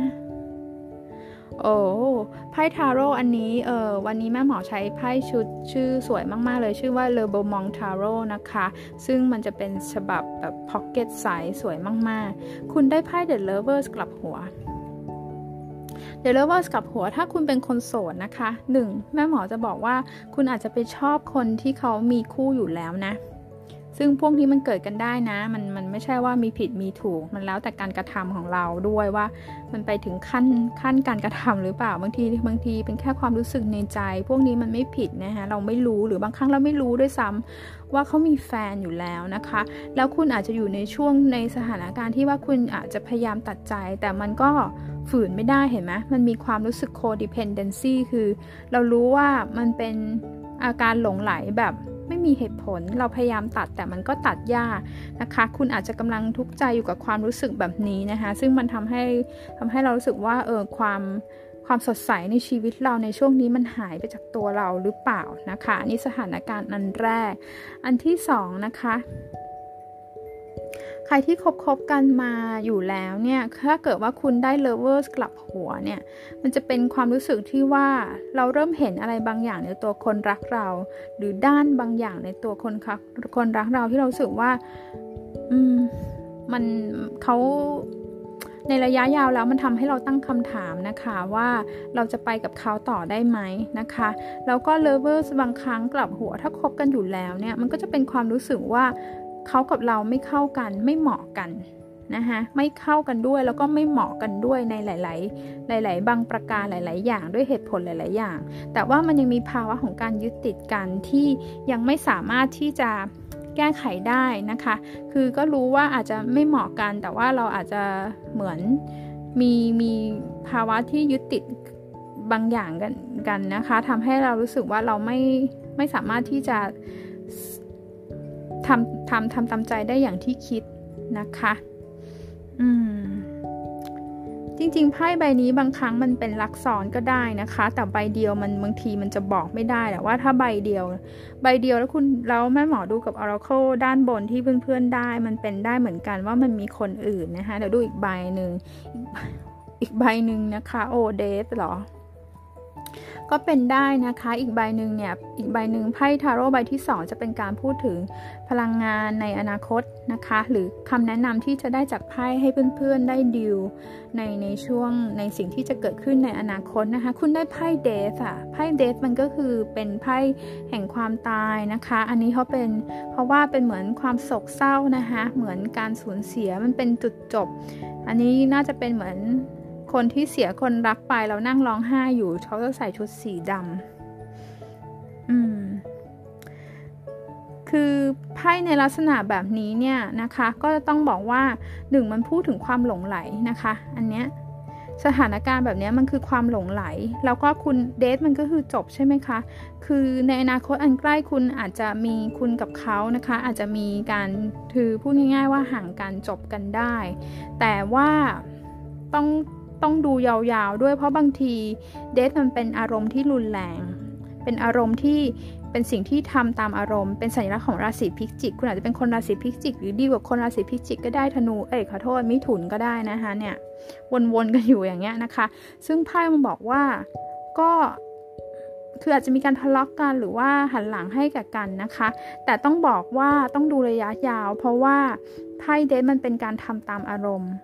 ไพ่ทาโร่อันนี้วันนี้แม่หมอใช้ไพ่ชุดชื่อสวยมากๆเลยชื่อว่า Le Beaumont Tarot นะคะซึ่งมันจะเป็นฉบับแบบพ็อกเก็ตไซส์สวยมากๆคุณได้ไพ่ The Lovers กลับหัว The Lovers กลับหัวถ้าคุณเป็นคนโสดนะคะ1แม่หมอจะบอกว่าคุณอาจจะไปชอบคนที่เขามีคู่อยู่แล้วนะซึ่งพวกนี้มันเกิดกันได้นะมันไม่ใช่ว่ามีผิดมีถูกมันแล้วแต่การกระทำของเราด้วยว่ามันไปถึงขั้นการกระทำหรือเปล่าบางทีเป็นแค่ความรู้สึกในใจพวกนี้มันไม่ผิดนะคะเราไม่รู้หรือบางครั้งเราไม่รู้ด้วยซ้ำว่าเขามีแฟนอยู่แล้วนะคะแล้วคุณอาจจะอยู่ในช่วงในสถานการณ์ที่ว่าคุณอาจจะพยายามตัดใจแต่มันก็ฝืนไม่ได้เห็นไหมมันมีความรู้สึก codependency คือเรารู้ว่ามันเป็นอาการหลงไหลแบบไม่มีเหตุผลเราพยายามตัดแต่มันก็ตัดยากนะคะคุณอาจจะกำลังทุกข์ใจอยู่กับความรู้สึกแบบนี้นะคะซึ่งมันทำให้เรารู้สึกว่าความสดใสในชีวิตเราในช่วงนี้มันหายไปจากตัวเราหรือเปล่านะคะนี่สถานการณ์อันแรกอันที่2นะคะใครที่คบกันมาอยู่แล้วเนี่ยถ้าเกิดว่าคุณได้ lovers กลับหัวเนี่ยมันจะเป็นความรู้สึกที่ว่าเราเริ่มเห็นอะไรบางอย่างในตัวคนรักเราหรือด้านบางอย่างในตัวคนรักเราที่เรารู้สึกว่าเขาในระยะยาวแล้วมันทำให้เราตั้งคำถามนะคะว่าเราจะไปกับเขาต่อได้ไหมนะคะแล้วก็ lovers บางครั้งกลับหัวถ้าคบกันอยู่แล้วเนี่ยมันก็จะเป็นความรู้สึกว่าเขากับเราไม่เข้ากันไม่เหมาะกันนะคะไม่เข้ากันด้วยแล้วก็ไม่เหมาะกันด้วยในหลายบางประการหลายๆอย่างด้วยเหตุผลหลายๆอย่างแต่ว่ามันยังมีภาวะของการยึดติดกันที่ยังไม่สามารถที่จะแก้ไขได้นะคะคือก็รู้ว่าอาจจะไม่เหมาะกันแต่ว่าเราอาจจะเหมือนมีภาวะที่ยึดติดบางอย่างกันนะคะทำให้เรารู้สึกว่าเราไม่สามารถที่จะทำตามใจได้อย่างที่คิดนะคะจริงๆไพ่ใบนี้บางครั้งมันเป็นลักษณก็ได้นะคะแต่ใบเดียวมันบางทีมันจะบอกไม่ได้แต่ว่าถ้าใบเดียวแล้วแม่หมอดูกับ Oracle ด้านบนที่เพื่อนๆได้มันเป็นได้เหมือนกันว่ามันมีคนอื่นนะคะเดี๋ยวดูอีกใบหนึ่งนะคะเดฟเหรอก็เป็นได้นะคะอีกใบหนึ่งเนี่ยอีกใบหนึ่งไพ่ทาโร่ใบที่2จะเป็นการพูดถึงพลังงานในอนาคตนะคะหรือคำแนะนำที่จะได้จากไพ่ให้เพื่อนๆได้ดิวในช่วงในสิ่งที่จะเกิดขึ้นในอนาคตนะคะคุณได้ไพ่เดธอ่ะไพ่เดธมันก็คือเป็นไพ่แห่งความตายนะคะอันนี้เพราะว่าเป็นเหมือนความโศกเศร้านะคะเหมือนการสูญเสียมันเป็นจุดจบอันนี้น่าจะเป็นเหมือนคนที่เสียคนรักไปแล้วนั่งร้องไห้อยู่เขาจะใส่ชุดสีดำคือไพ่ในลักษณะแบบนี้เนี่ยนะคะก็จะต้องบอกว่า1มันพูดถึงความหลงไหลนะคะอันเนี้ยสถานการณ์แบบนี้มันคือความหลงไหลแล้วก็คุณเดทมันก็คือจบใช่ไหมคะคือในอนาคตอันใกล้คุณอาจจะมีคุณกับเขานะคะอาจจะมีการพูดง่ายๆว่าห่างกันจบกันได้แต่ว่าต้องดูยาวๆด้วยเพราะบางทีเดทมันเป็นอารมณ์ที่รุนแรงเป็นอารมณ์ที่เป็นสิ่งที่ทำตามอารมณ์เป็นสัญลักษณ์ของราศีพิจิกคุณอาจจะเป็นคนราศีพิจิกหรือดีกว่าคนราศีพิจิกก็ได้ธนูขอโทษมิถุนก็ได้นะคะเนี่ยวนๆกันอยู่อย่างเงี้ยนะคะซึ่งไพ่มันบอกว่าก็คืออาจจะมีการทะเลาะกันหรือว่าหันหลังให้กับกันนะคะแต่ต้องบอกว่าต้องดูระยะยาวเพราะว่าไพ่เดทมันเป็นการทำตามอารมณ์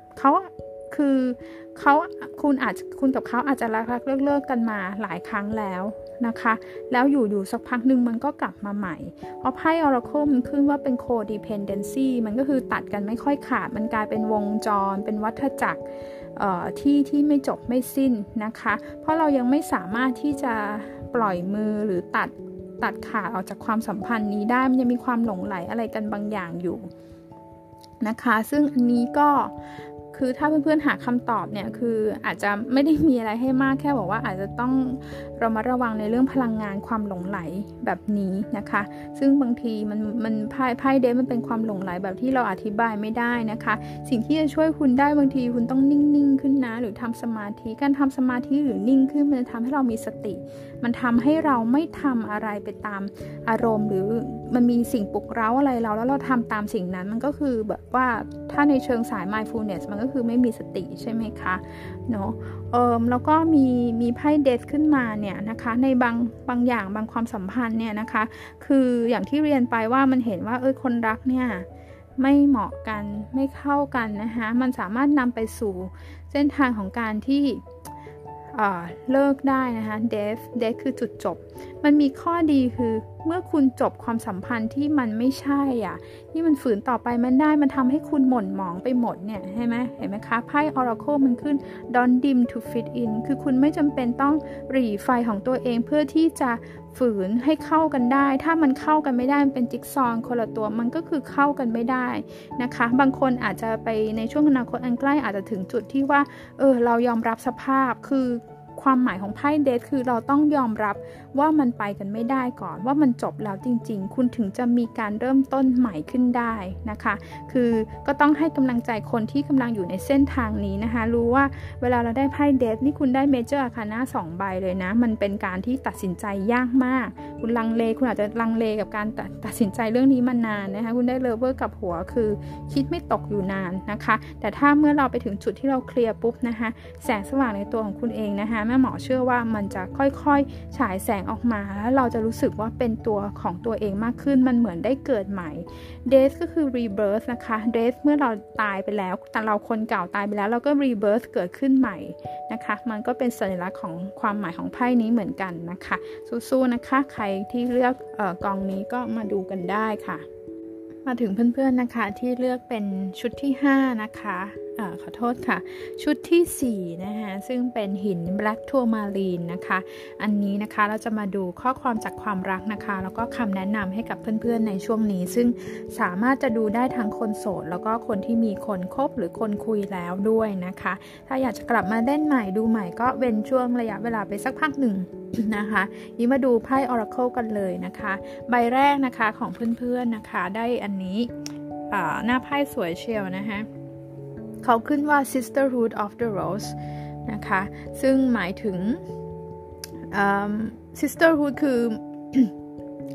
คุณกับเขาอาจจะรักเลิกกันมาหลายครั้งแล้วนะคะแล้วอยู่สักพักหนึ่งมันก็กลับมาใหม่เพราะไพ่ Oracle มันขึ้นว่าเป็น codependency มันก็คือตัดกันไม่ค่อยขาดมันกลายเป็นวงจรเป็นวัฏจักรที่ไม่จบไม่สิ้นนะคะเพราะเรายังไม่สามารถที่จะปล่อยมือหรือตัดขาดออกจากความสัมพันธ์นี้ได้มันยังมีความหลงไหลอะไรกันบางอย่างอยู่นะคะซึ่งอันนี้ก็คือถ้าเพื่อนๆหาคำตอบเนี่ยคืออาจจะไม่ได้มีอะไรให้มากแค่บอกว่าอาจจะต้องระมัดระวังในเรื่องพลังงานความหลงไหลแบบนี้นะคะซึ่งบางทีมันไพ่เดทมันเป็นความหลงไหลแบบที่เราอธิบายไม่ได้นะคะสิ่งที่จะช่วยคุณได้บางทีคุณต้องนิ่งๆขึ้นนะหรือทำสมาธิการทำสมาธิหรือนิ่งขึ้นมันจะทำให้เรามีสติมันทำให้เราไม่ทำอะไรไปตามอารมณ์หรือมันมีสิ่งปลุกเร้าอะไรเราแล้วเราทำตามสิ่งนั้นมันก็คือแบบว่าถ้าในเชิงสาย mindfulness มันก็คือไม่มีสติใช่ไหมคะเนาะแล้วก็มีไพ่เดทขึ้นมาเนี่ยนะคะในบางอย่างบางความสัมพันธ์เนี่ยนะคะคืออย่างที่เรียนไปว่ามันเห็นว่าคนรักเนี่ยไม่เหมาะกันไม่เข้ากันนะคะมันสามารถนำไปสู่เส้นทางของการที่เลิกได้นะคะเดทคือจุดจบมันมีข้อดีคือเมื่อคุณจบความสัมพันธ์ที่มันไม่ใช่ที่มันฝืนต่อไปมันได้มันทำให้คุณหม่นหมองไปหมดเนี่ยเห็นไหมคะไพ่ Oracle มันขึ้น Don't dim to fit in คือคุณไม่จำเป็นต้องหรี่ไฟของตัวเองเพื่อที่จะฝืนให้เข้ากันได้ถ้ามันเข้ากันไม่ได้มันเป็นจิ๊กซอว์คนละตัวมันก็คือเข้ากันไม่ได้นะคะบางคนอาจจะไปในช่วงอนาคตอันใกล้อาจจะถึงจุดที่ว่าเรายอมรับสภาพคือความหมายของไพ่เดทคือเราต้องยอมรับว่ามันไปกันไม่ได้ก่อนว่ามันจบแล้วจริงๆคุณถึงจะมีการเริ่มต้นใหม่ขึ้นได้นะคะคือก็ต้องให้กำลังใจคนที่กำลังอยู่ในเส้นทางนี้นะคะรู้ว่าเวลาเราได้ไพ่เดทนี่คุณได้เมเจอร์อาร์คาน่า2 ใบเลยนะมันเป็นการที่ตัดสินใจยากมากคุณลังเลคุณอาจจะลังเลกับการตัดสินใจเรื่องนี้มานานนะคะคุณได้เลเวอร์กับหัวคือคิดไม่ตกอยู่นานนะคะแต่ถ้าเมื่อเราไปถึงจุดที่เราเคลียร์ปุ๊บนะคะแสงสว่างในตัวของคุณเองนะคะแม่หมอเชื่อว่ามันจะค่อยๆฉายแสงออกมาแล้วเราจะรู้สึกว่าเป็นตัวของตัวเองมากขึ้นมันเหมือนได้เกิดใหม่ Death ก็คือ rebirth นะคะ Death เมื่อเราตายไปแล้วแต่เราคนเก่าตายไปแล้วเราก็ rebirth เกิดขึ้นใหม่นะคะมันก็เป็นสัญลักษณ์ของความหมายของไพ่นี้เหมือนกันนะคะสู้ๆนะคะใครที่เลือกกองนี้ก็มาดูกันได้ค่ะมาถึงเพื่อนๆนะคะที่เลือกเป็นชุดที่5นะคะขอโทษค่ะชุดที่4นะคะซึ่งเป็นหิน Black Tourmaline นะคะอันนี้นะคะเราจะมาดูข้อความจากความรักนะคะแล้วก็คำแนะนำให้กับเพื่อนๆในช่วงนี้ซึ่งสามารถจะดูได้ทั้งคนโสดแล้วก็คนที่มีคนคบหรือคนคุยแล้วด้วยนะคะถ้าอยากจะกลับมาเล่นใหม่ดูใหม่ก็เว้นช่วงระยะเวลาไปสักพักหนึ่งนะคะนี้มาดูไพ่ Oracle กันเลยนะคะใบแรกนะคะของเพื่อนๆนะคะได้อันนี้หน้าไพ่สวยเชียวนะคะเขาขึ้นว่า Sisterhood of the Rose นะคะซึ่งหมายถึงSisterhood คือ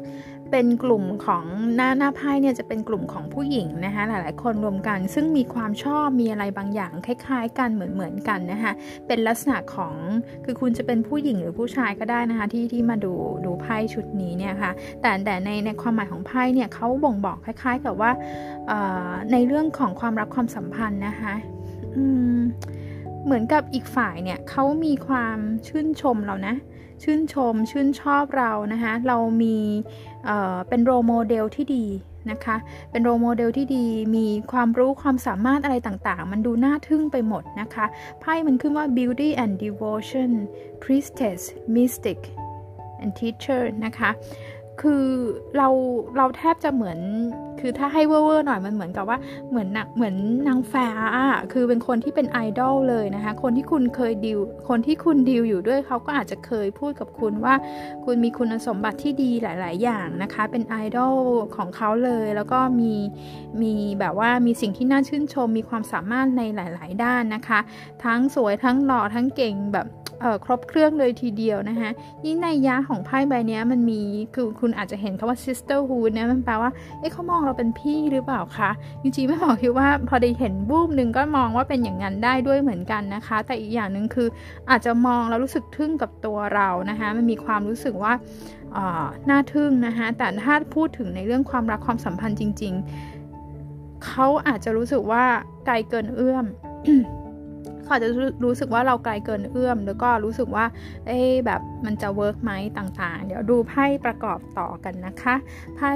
เป็นกลุ่มของหน้าไพ่เนี่ยจะเป็นกลุ่มของผู้หญิงนะคะหลายๆคนรวมกันซึ่งมีความชอบมีอะไรบางอย่างคล้ายๆกันเหมือนกันนะคะเป็นลักษณะของคือคุณจะเป็นผู้หญิงหรือผู้ชายก็ได้นะคะที่มาดูไพ่ชุดนี้เนี่ยค่ะแต่ในความหมายของไพ่เนี่ยเขาบ่งบอกคล้ายๆกับว่าในเรื่องของความรักความสัมพันธ์นะคะเหมือนกับอีกฝ่ายเนี่ยเขามีความชื่นชมเรานะชื่นชอบเรานะคะเรามีเป็นโรโมเดลที่ดีนะคะเป็นโรโมเดลที่ดีมีความรู้ความสามารถอะไรต่างๆมันดูน่าทึ่งไปหมดนะคะไพ่มันขึ้นว่า beauty and devotion priestess mystic and teacher นะคะคือเราแทบจะเหมือนคือถ้าให้เวอร์หน่อยมันเหมือนกับว่าเหมือนนางฟ้าคือเป็นคนที่เป็นไอดอลเลยนะคะคนที่คุณเคยดีลคนที่คุณดีลอยู่ด้วยเขาก็อาจจะเคยพูดกับคุณว่าคุณมีคุณสมบัติที่ดีหลายๆอย่างนะคะเป็นไอดอลของเขาเลยแล้วก็มีแบบว่ามีสิ่งที่น่าชื่นชมมีความสามารถในหลายๆด้านนะคะทั้งสวยทั้งหล่อทั้งเก่งแบบครบเครื่องเลยทีเดียวนะคะยิ่งในยะของไพ่ใบนี้มันมีคือคุณอาจจะเห็นคำว่า sisterhood เนี่ยมันแปลว่าเขามองเราเป็นพี่หรือเปล่าคะจริงๆไม่บอกคิดว่าพอได้เห็นบูมหนึ่งก็มองว่าเป็นอย่างนั้นได้ด้วยเหมือนกันนะคะแต่อีกอย่างหนึ่งคืออาจจะมองแล้วรู้สึกทึ่งกับตัวเรานะคะมันมีความรู้สึกว่าน่าทึ่งนะคะแต่ถ้าพูดถึงในเรื่องความรักความสัมพันธ์จริงๆเขาอาจจะรู้สึกว่าไกลเกินเอื้อม เขาจะรู้สึกว่าเราไกลเกินเอื้อมแล้วก็รู้สึกว่าแบบมันจะเวิร์กไหมต่างๆเดี๋ยวดูไพ่ประกอบต่อกันนะคะไพ่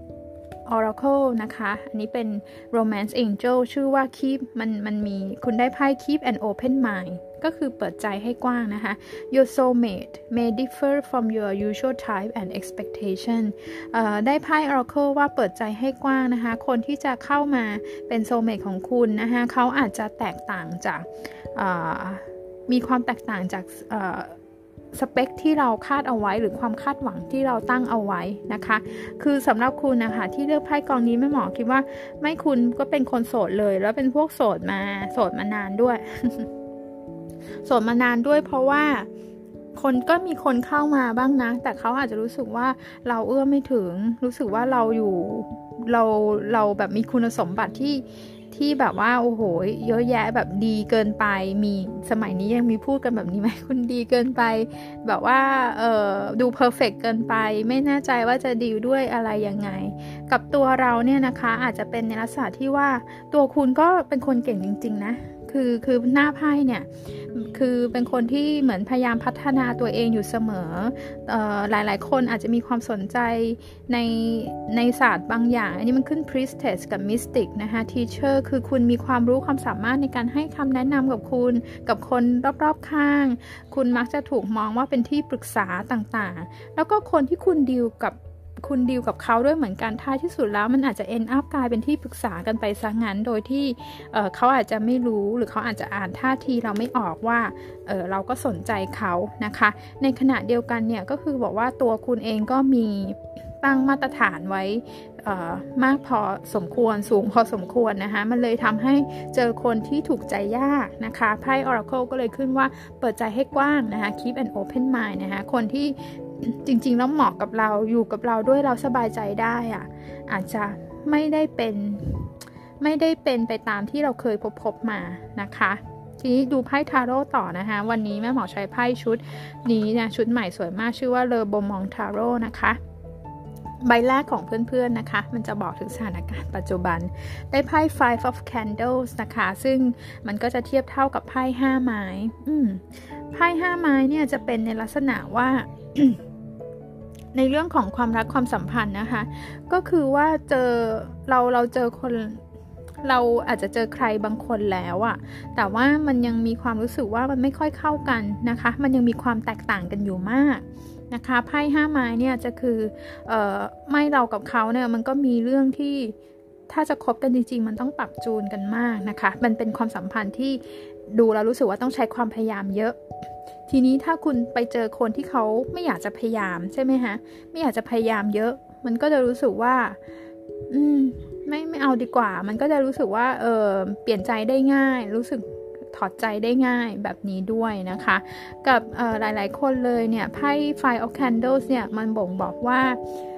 Oracle นะคะอันนี้เป็น Romance Angel ชื่อว่า Keep มันมีคุณได้ไพ่ Keep an open mind ก็คือเปิดใจให้กว้างนะคะ Your soulmate may differ from your usual type and expectation ได้ไพ่ Oracle ว่าเปิดใจให้กว้างนะคะคนที่จะเข้ามาเป็น soulmate ของคุณนะคะเขาอาจจะแตกต่างจากมีความแตกต่างจากสเปคที่เราคาดเอาไว้หรือความคาดหวังที่เราตั้งเอาไว้นะคะคือสำหรับคุณนะคะที่เลือกไพ่กองนี้แม่หมอคิดว่าไม่คุณก็เป็นคนโสดเลยแล้วเป็นพวกโสดมานานด้วย โสดมานานด้วยเพราะว่าคนก็มีคนเข้ามาบ้างนะแต่เขาอาจจะรู้สึกว่าเราเอื้อมไม่ถึงรู้สึกว่าเราอยู่เราแบบมีคุณสมบัติที่แบบว่าโอ้โหเยอะแยะแบบดีเกินไปมีสมัยนี้ยังมีพูดกันแบบนี้ไหมคุณดีเกินไปแบบว่าดูเพอร์เฟกต์เกินไปไม่แน่ใจว่าจะดีลด้วยอะไรยังไงกับตัวเราเนี่ยนะคะอาจจะเป็นในลักษณะที่ว่าตัวคุณก็เป็นคนเก่งจริงๆนะคือหน้าไพ่เนี่ยคือเป็นคนที่เหมือนพยายามพัฒนาตัวเองอยู่เสมอหลายๆคนอาจจะมีความสนใจในศาสตร์บางอย่างอันนี้มันขึ้น priestess กับ mystic นะคะ teacher คือคุณมีความรู้ความสามารถในการให้คำแนะนำกับคุณกับคนรอบๆข้างคุณมักจะถูกมองว่าเป็นที่ปรึกษาต่างๆแล้วก็คนที่คุณดีลกับเขาด้วยเหมือนกันท้ายที่สุดแล้วมันอาจจะ end up กลายเป็นที่ปรึกษากันไปซะงั้นโดยที่เขาอาจจะไม่รู้หรือเขาอาจจะอ่านท่าทีเราไม่ออกว่าเราก็สนใจเขานะคะในขณะเดียวกันเนี่ยก็คือบอกว่าตัวคุณเองก็มีตั้งมาตรฐานไว้มากพอสมควรสูงพอสมควรนะคะมันเลยทำให้เจอคนที่ถูกใจยากนะคะไพ่ Oracle ก็เลยขึ้นว่าเปิดใจให้กว้างนะคะ Keep an open mind นะคะคนที่จริงๆแล้วเหมาะกับเราอยู่กับเราด้วยเราสบายใจได้อาจจะไม่ได้เป็นไปตามที่เราเคยพบมานะคะทีนี้ดูไพ่ทาโร่ต่อนะคะวันนี้แม่หมอใช้ไพ่ชุดนี้นะชุดใหม่สวยมากชื่อว่าเลอโบมองทาโร่นะคะใบแรกของเพื่อนๆนะคะมันจะบอกถึงสถานการณ์ปัจจุบันได้ไพ่ Five of Candles นะคะซึ่งมันก็จะเทียบเท่ากับไพ่5ไม้ไพ่5ไม้เนี่ยจะเป็นในลักษณะว่า ในเรื่องของความรักความสัมพันธ์นะคะก็คือว่าเราเจอคนเราอาจจะเจอใครบางคนแล้วแต่ว่ามันยังมีความรู้สึกว่ามันไม่ค่อยเข้ากันนะคะมันยังมีความแตกต่างกันอยู่มากนะคะไพ่5ไม้เนี่ยจะคือไม่เรากับเขาเนี่ยมันก็มีเรื่องที่ถ้าจะคบกันจริงๆมันต้องปรับจูนกันมากนะคะมันเป็นความสัมพันธ์ที่ดูแล้วรู้สึกว่าต้องใช้ความพยายามเยอะทีนี้ถ้าคุณไปเจอคนที่เขาไม่อยากจะพยายามใช่ไหมคะไม่อยากจะพยายามเยอะมันก็จะรู้สึกว่าไม่เอาดีกว่ามันก็จะรู้สึกว่าเปลี่ยนใจได้ง่ายรู้สึกถอดใจได้ง่ายแบบนี้ด้วยนะคะกับหลายๆคนเลยเนี่ยไพ่ Five of Candles เนี่ยมันบ่งบอกว่า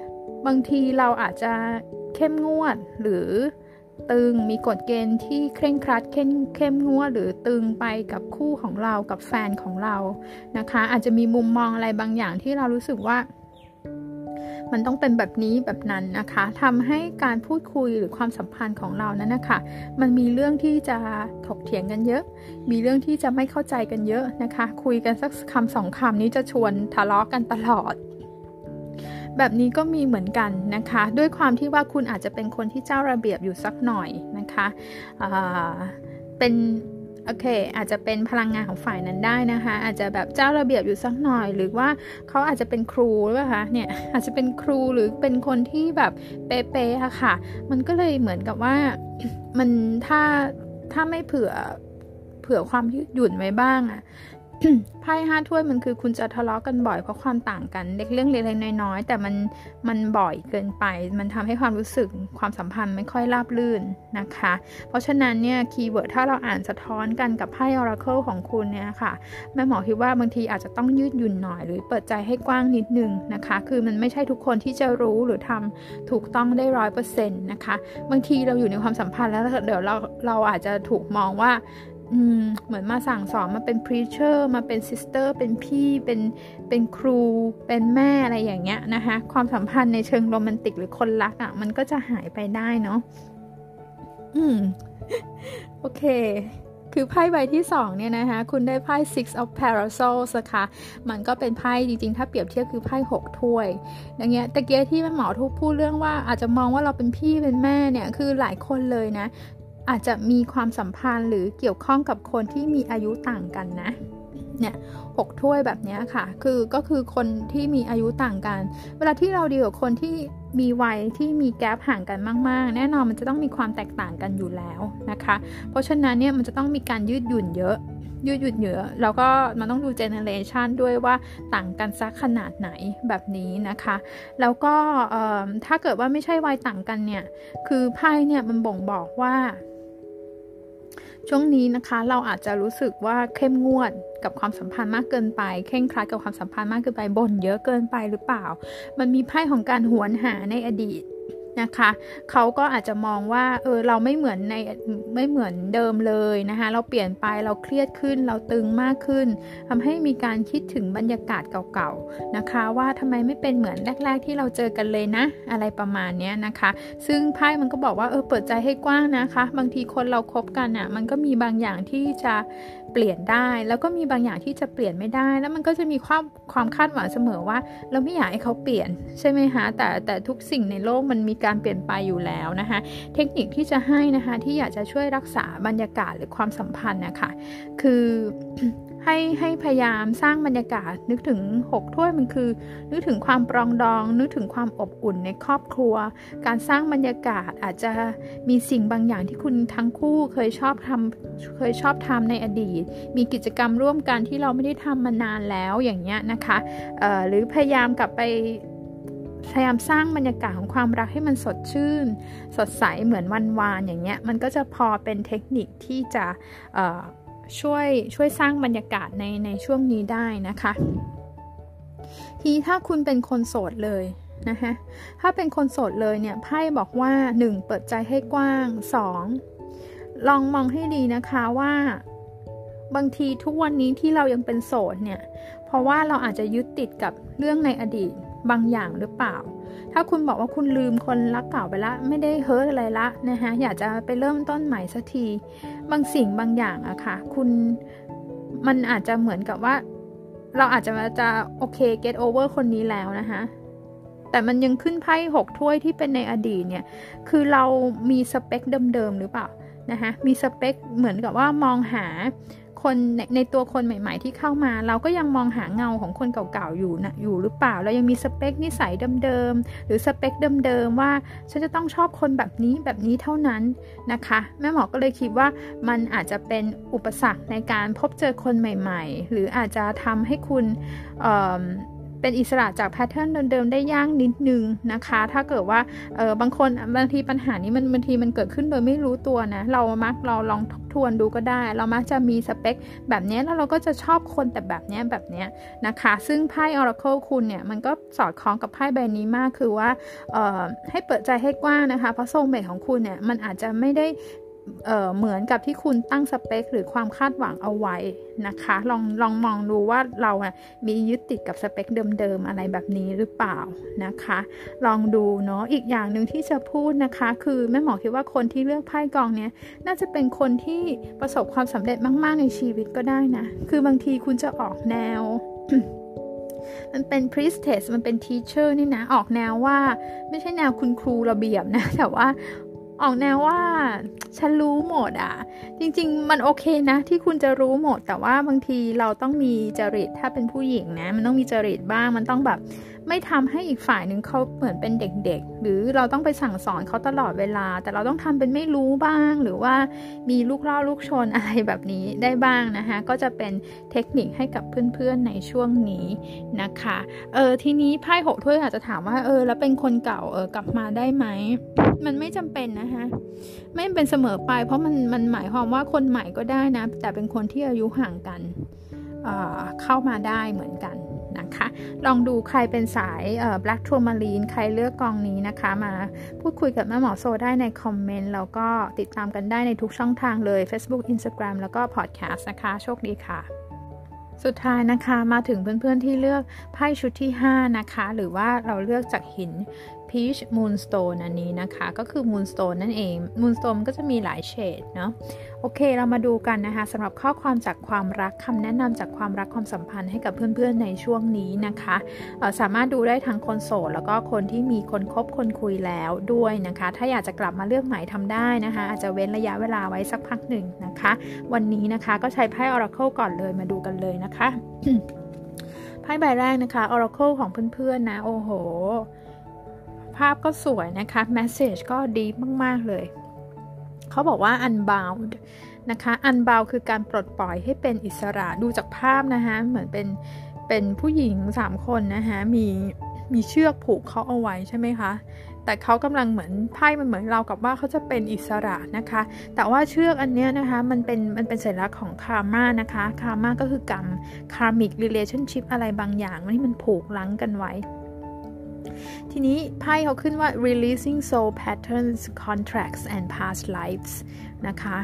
บางทีเราอาจจะเข้มงวดหรือตึงมีกฎเกณฑ์ที่เคร่งครัดเข้มงวดหรือตึงไปกับคู่ของเรากับแฟนของเรานะคะอาจจะมีมุมมองอะไรบางอย่างที่เรารู้สึกว่ามันต้องเป็นแบบนี้แบบนั้นนะคะทำให้การพูดคุยหรือความสัมพันธ์ของเรานั้นนะคะมันมีเรื่องที่จะถกเถียงกันเยอะมีเรื่องที่จะไม่เข้าใจกันเยอะนะคะคุยกันสักคำสองคำนี้จะชวนทะเลาะกันตลอดแบบนี้ก็มีเหมือนกันนะคะด้วยความที่ว่าคุณอาจจะเป็นคนที่เจ้าระเบียบอยู่สักหน่อยนะคะเป็นโอเคอาจจะเป็นพลังงานของฝ่ายนั้นได้นะคะอาจจะแบบเจ้าระเบียบอยู่สักหน่อยหรือว่าเขาอาจจะเป็นครูหรือเปล่าคะเนี่ยอาจจะเป็นครูหรือเป็นคนที่แบบเป๊ะๆอะค่ะมันก็เลยเหมือนกับว่ามันถ้าไม่เผื่อความยืดหยุ่นไว้บ้างอะไพ่5 ถ้วยมันคือคุณจะทะเลาะกันบ่อยเพราะความต่างกันเรื่องเล็กๆน้อยๆแต่มันบ่อยเกินไปมันทำให้ความรู้สึกความสัมพันธ์ไม่ค่อยราบรื่นนะคะเพราะฉะนั้นเนี่ยคีย์เวิร์ดถ้าเราอ่านสะท้อนกันกับไพ่ Oracle ของคุณเนี่ยค่ะแม่หมอคิดว่าบางทีอาจจะต้องยืดหยุ่นหน่อยหรือเปิดใจให้กว้างนิดนึงนะคะคือมันไม่ใช่ทุกคนที่จะรู้หรือทำถูกต้องได้ 100% นะคะบางทีเราอยู่ในความสัมพันธ์แล้วเดี๋ยวเราอาจจะถูกมองว่าเหมือนมาสั่งสอนมาเป็น preacher มาเป็น sister เป็นพี่เป็นครูเป็นแม่อะไรอย่างเงี้ยนะคะความสัมพันธ์ในเชิงโรแมนติกหรือคนรักอ่ะมันก็จะหายไปได้เนาะโอเคคือไพ่ใบที่2เนี่ยนะคะคุณได้ไพ่ Six of Parasols นะคะมันก็เป็นไพ่จริงๆถ้าเปรียบเทียบคือไพ่6 ถ้วยอย่างเงี้ยตะเกียที่แม่หมอทุกพูดเรื่องว่าอาจจะมองว่าเราเป็นพี่เป็นแม่เนี่ยคือหลายคนเลยนะอาจจะมีความสัมพันธ์หรือเกี่ยวข้องกับคนที่มีอายุต่างกันนะเนี่ย6 ถ้วยแบบนี้ค่ะก็คือคนที่มีอายุต่างกันเวลาที่เราดีกับคนที่มีวัยที่มีแกปห่างกันมากๆแน่นอนมันจะต้องมีความแตกต่างกันอยู่แล้วนะคะเพราะฉะนั้นเนี่ยมันจะต้องมีการยืดหยุ่นเยอะแล้วก็มันต้องดูเจเนเรชันด้วยว่าต่างกันสักขนาดไหนแบบนี้นะคะแล้วก็ถ้าเกิดว่าไม่ใช่วัยต่างกันเนี่ยคือไพ่เนี่ยมันบ่งบอกว่าช่วงนี้นะคะเราอาจจะรู้สึกว่าเข้มงวดกับความสัมพันธ์มากเกินไปเคร่งครัดกับความสัมพันธ์มากเกินไปบ่นเยอะเกินไปหรือเปล่ามันมีไพ่ของการหวนหาในอดีตนะคะเขาก็อาจจะมองว่าเราไม่เหมือนเดิมเลยนะคะเราเปลี่ยนไปเราเครียดขึ้นเราตึงมากขึ้นทำให้มีการคิดถึงบรรยากาศเก่าๆนะคะว่าทำไมไม่เป็นเหมือนแรกๆที่เราเจอกันเลยนะอะไรประมาณนี้นะคะซึ่งไพ่มันก็บอกว่าเปิดใจให้กว้างนะคะบางทีคนเราคบกันอ่ะมันก็มีบางอย่างที่จะเปลี่ยนได้แล้วก็มีบางอย่างที่จะเปลี่ยนไม่ได้แล้วมันก็จะมีความคาดหวังเสมอว่าเราไม่อยากให้เขาเปลี่ยนใช่ไหมคะแต่ทุกสิ่งในโลกมันมีการเปลี่ยนไปอยู่แล้วนะคะเทคนิคที่จะให้นะคะที่อยากจะช่วยรักษาบรรยากาศหรือความสัมพันธ์นะคะคือ ให้พยายามสร้างบรรยากาศนึกถึง6 ถ้วยมันคือนึกถึงความปรองดองนึกถึงความอบอุ่นในครอบครัวการสร้างบรรยากาศอาจจะมีสิ่งบางอย่างที่คุณทั้งคู่เคยชอบทำในอดีตมีกิจกรรมร่วมกันที่เราไม่ได้ทำมานานแล้วอย่างเงี้ยนะคะหรือพยายามกลับไปพยายามสร้างบรรยากาศของความรักให้มันสดชื่นสดใสเหมือนวันวานอย่างเงี้ยมันก็จะพอเป็นเทคนิคที่จะช่วยสร้างบรรยากาศในช่วงนี้ได้นะคะทีถ้าคุณเป็นคนโสดเลยนะคะถ้าเป็นคนโสดเลยเนี่ยไพ่บอกว่า1เปิดใจให้กว้าง2ลองมองให้ดีนะคะว่าบางทีทุกวันนี้ที่เรายังเป็นโสดเนี่ยเพราะว่าเราอาจจะยึดติดกับเรื่องในอดีตบางอย่างหรือเปล่าถ้าคุณบอกว่าคุณลืมคนรักเก่าไปละไม่ได้เฮิร์ตอะไรละนะคะอยากจะไปเริ่มต้นใหม่สักทีบางสิ่งบางอย่างอะค่ะมันอาจจะเหมือนกับว่าเราอาจจะโอเค get over คนนี้แล้วนะคะแต่มันยังขึ้นไพ่6 ถ้วยที่เป็นในอดีตเนี่ยคือเรามีสเปคเดิมๆหรือเปล่านะคะมีสเปคเหมือนกับว่ามองหาคนในตัวคนใหม่ๆที่เข้ามาเราก็ยังมองหาเงาของคนเก่าๆอยู่หรือเปล่าเรายังมีสเปคนิสัยเดิมๆหรือสเปคเดิมๆว่าฉันจะต้องชอบคนแบบนี้เท่านั้นนะคะแม่หมอก็เลยคิดว่ามันอาจจะเป็นอุปสรรคในการพบเจอคนใหม่ๆหรืออาจจะทำให้คุณเป็นอิสระจากแพทเทิร์นเดิมๆได้ยากนิดนึงนะคะถ้าเกิดว่าบางทีปัญหานี้บางทีมันเกิดขึ้นโดยไม่รู้ตัวนะเราลองทบทวนดูก็ได้เรามักจะมีสเปคแบบนี้แล้วเราก็จะชอบคนแต่แบบนี้นะคะซึ่งไพ่ Oracle คุณเนี่ยมันก็สอดคล้องกับไพ่ใบนี้มากคือว่าให้เปิดใจให้กว้างนะคะเพราะโซลเมทของคุณเนี่ยมันอาจจะไม่ได้เหมือนกับที่คุณตั้งสเปคหรือความคาดหวังเอาไว้นะคะลองมองดูว่าเรามียึดติดกับสเปคเดิมๆอะไรแบบนี้หรือเปล่านะคะลองดูเนาะอีกอย่างหนึ่งที่จะพูดนะคะคือแม่หมอคิดว่าคนที่เลือกไพ่กองเนี้ยน่าจะเป็นคนที่ประสบความสำเร็จมากๆในชีวิตก็ได้นะคือบางทีคุณจะออกแนว มันเป็น priestess มันเป็น teacher นี่นะออกแนวว่าไม่ใช่แนวคุณครูระเบียบนะแต่ว่าออกแนวว่าฉันรู้หมดจริงๆมันโอเคนะที่คุณจะรู้หมดแต่ว่าบางทีเราต้องมีจริตถ้าเป็นผู้หญิงนะมันต้องมีจริตบ้างมันต้องแบบไม่ทำให้อีกฝ่ายหนึ่งเขาเหมือนเป็นเด็กๆหรือเราต้องไปสั่งสอนเขาตลอดเวลาแต่เราต้องทำเป็นไม่รู้บ้างหรือว่ามีลูกล่อลูกชนอะไรแบบนี้ได้บ้างนะคะก็จะเป็นเทคนิคให้กับเพื่อนๆในช่วงนี้นะคะทีนี้ไพ่6ถ้วยอาจจะถามว่าแล้วเป็นคนเก่ากลับมาได้ไหมมันไม่จำเป็นนะคะไม่เป็นเสมอไปเพราะมันหมายความว่าคนใหม่ก็ได้นะแต่เป็นคนที่อายุห่างกันเข้ามาได้เหมือนกันนะคะลองดูใครเป็นสายBlack Tourmaline ใครเลือกกองนี้นะคะมาพูดคุยกับแม่หมอโซได้ในคอมเมนต์แล้วก็ติดตามกันได้ในทุกช่องทางเลย Facebook Instagram แล้วก็ Podcast นะคะโชคดีค่ะสุดท้ายนะคะมาถึงเพื่อนๆที่เลือกไพ่ชุดที่5นะคะหรือว่าเราเลือกจากหิน Peach Moonstone อันนี้นะคะก็คือ Moonstone นั่นเอง Moonstone ก็จะมีหลายเฉดเนาะโอเคเรามาดูกันนะคะสำหรับข้อความจากความรักคำแนะนำจากความรักความสัมพันธ์ให้กับเพื่อนๆในช่วงนี้นะคะสามารถดูได้ทั้งคนโสดแล้วก็คนที่มีคนคบคนคุยแล้วด้วยนะคะถ้าอยากจะกลับมาเลือกใหม่ทำได้นะคะอาจจะเว้นระยะเวลาไว้สักพักหนึ่งนะคะวันนี้นะคะก็ใช้ไพ่ Oracle ก่อนเลยมาดูกันเลยนะคะ ไพ่ใบแรกนะคะ Oracle ของเพื่อนๆนะโอ้โหภาพก็สวยนะคะ message ก็ดีมากๆเลยเขาบอกว่า unbound นะคะ unbound คือการปลดปล่อยให้เป็นอิสระดูจากภาพนะคะเหมือนเป็นผู้หญิง3คนนะคะมีเชือกผูกเขาเอาไว้ใช่ไหมคะแต่เขากำลังเหมือนไพ่มันเหมือนเรากับว่าเขาจะเป็นอิสระนะคะแต่ว่าเชือกอันเนี้ยนะคะมันเป็นสัญลักษณ์ของคาร์มานะคะคาร์มาก็คือกรรม karmic relationship อะไรบางอย่างที่มันผูกลังกันไว้ทีนี้ไพ่เขาขึ้นว่า releasing soul patterns contracts and past lives นะคะ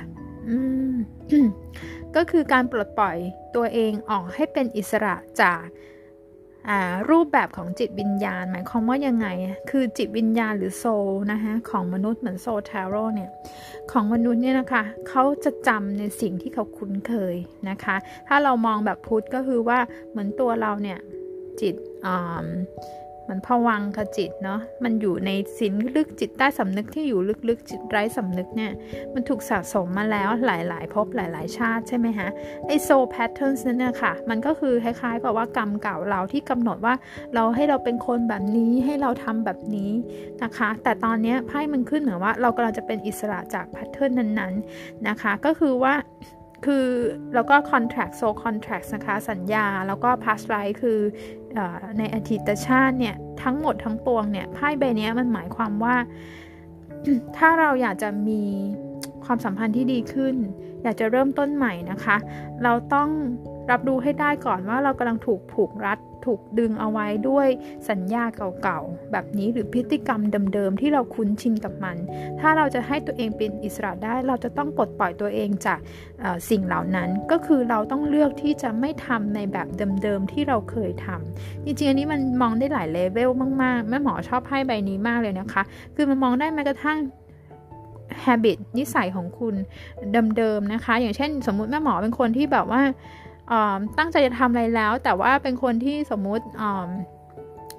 ก็คือการปลดปล่อยตัวเองออกให้เป็นอิสระจากรูปแบบของจิตวิญญาณหมายความว่ายังไงคือจิตวิญญาณหรือโซลนะคะของมนุษย์เหมือนโซลทาโร่เนี่ยของมนุษย์เนี่ยนะคะเขาจะจำในสิ่งที่เขาคุ้นเคยนะคะถ้าเรามองแบบพุทธก็คือว่าเหมือนตัวเราเนี่ยจิตมันภวังคจิตเนาะมันอยู่ในสินลึกจิตใต้สำนึกที่อยู่ลึกๆจิตไร้สำนึกเนี่ยมันถูกสะสมมาแล้วหลายๆภพหลายๆชาติใช่ไหมฮะไอ soul patterns นั่นนะค่ะมันก็คือคล้ายๆกับว่ากรรมเก่าเราที่กำหนดว่าเราให้เราเป็นคนแบบนี้ให้เราทำแบบนี้นะคะแต่ตอนนี้ไพ่มันขึ้นเหมือนว่าเรากำลังจะเป็นอิสระจาก pattern นั้นๆนะคะก็คือว่าคือแล้วก็ contract soul contract นะคะสัญญาแล้วก็ past life คือในอดีตชาติเนี่ยทั้งหมดทั้งปวงเนี่ยไพ่ใบนี้มันหมายความว่า ถ้าเราอยากจะมีความสัมพันธ์ที่ดีขึ้นอยากจะเริ่มต้นใหม่นะคะเราต้องรับรู้ให้ได้ก่อนว่าเรากำลังถูกผูกรัดถูกดึงเอาไว้ด้วยสัญญาเก่าๆแบบนี้หรือพฤติกรรมเดิมๆที่เราคุ้นชินกับมันถ้าเราจะให้ตัวเองเป็นอิสระได้เราจะต้องปลดปล่อยตัวเองจากสิ่งเหล่านั้นก็คือเราต้องเลือกที่จะไม่ทำในแบบเดิมๆที่เราเคยทำจริงๆอันนี้มันมองได้หลายเลเวลมากๆแม่หมอชอบไพ่ใบนี้มากเลยนะคะคือมันมองได้แม้กระทั่งhabit นิสัยของคุณเดิมๆนะคะอย่างเช่นสมมุติแม่หมอเป็นคนที่แบบว่าตั้งใจจะทำอะไรแล้วแต่ว่าเป็นคนที่สมมุติ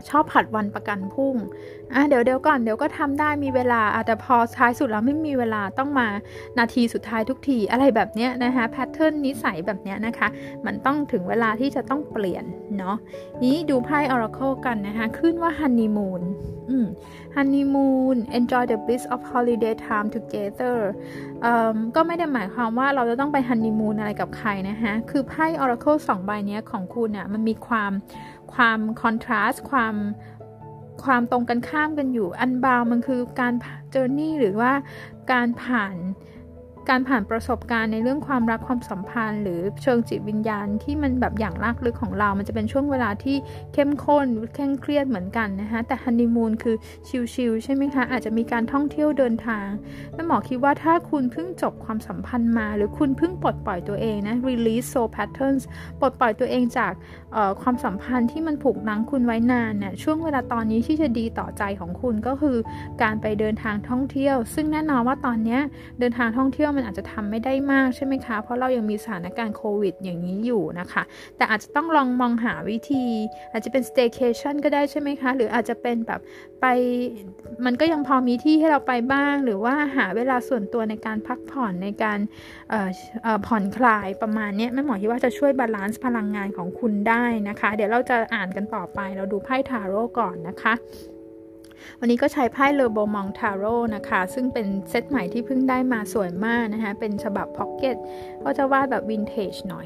ชอบผัดวันประกันพรุ่งเดี๋ยวก่อนเดี๋ยวก็ทำได้มีเวลาแต่พอท้ายสุดแล้วไม่มีเวลาต้องมานาทีสุดท้ายทุกทีอะไรแบบเนี้ยนะคะแพทเทิร์นนิสัยแบบเนี้ยนะคะมันต้องถึงเวลาที่จะต้องเปลี่ยนเนาะนี้ดูไพ่ Oracle กันนะคะขึ้นว่า Honeymoon Honeymoon enjoy the bliss of holiday time together ก็ไม่ได้หมายความว่าเราจะต้องไป Honeymoon อะไรกับใครนะคะคือไพ่ Oracle 2 ใบนี้ของคุณน่ะมันมีความคอนทราสต์ความตรงกันข้ามกันอยู่อันบาวมันคือการเจอร์นี่หรือว่าการผ่านประสบการณ์ในเรื่องความรักความสัมพันธ์หรือเชิงจิตวิญญาณที่มันแบบอย่างลากลึกของเรามันจะเป็นช่วงเวลาที่เข้มข้นเคร่งเครียดเหมือนกันนะคะแต่ฮันนีมูนคือชิลๆใช่ไหมคะอาจจะมีการท่องเที่ยวเดินทางแม่หมอคิดว่าถ้าคุณเพิ่งจบความสัมพันธ์มาหรือคุณเพิ่งปลดปล่อยตัวเองนะ release soul patterns ปลดปล่อยตัวเองจากความสัมพันธ์ที่มันผูกรั้งคุณไว้นานเนี่ยช่วงเวลาตอนนี้ที่จะดีต่อใจของคุณก็คือการไปเดินทางท่องเที่ยวซึ่งแน่นอนว่าตอนนี้เดินทางท่องเที่ยวมันอาจจะทำไม่ได้มากใช่ไหมคะเพราะเรายังมีสถานการณ์โควิดอย่างนี้อยู่นะคะแต่อาจจะต้องลองมองหาวิธีอาจจะเป็น staycation ก็ได้ใช่ไหมคะหรืออาจจะเป็นแบบไปมันก็ยังพอมีที่ให้เราไปบ้างหรือว่าหาเวลาส่วนตัวในการพักผ่อนในการผ่อนคลายประมาณนี้แม่หมอคิดว่าจะช่วยบาลานซ์พลังงานของคุณได้นะคะเดี๋ยวเราจะอ่านกันต่อไปเราดูไพ่ทาโร่ก่อนนะคะวันนี้ก็ใช้ไพ่เลอโบมองทาโร่นะคะซึ่งเป็นเซตใหม่ที่เพิ่งได้มาสวยมากนะคะเป็นฉบับพ็อกเก็ตก็จะวาดแบบวินเทจหน่อย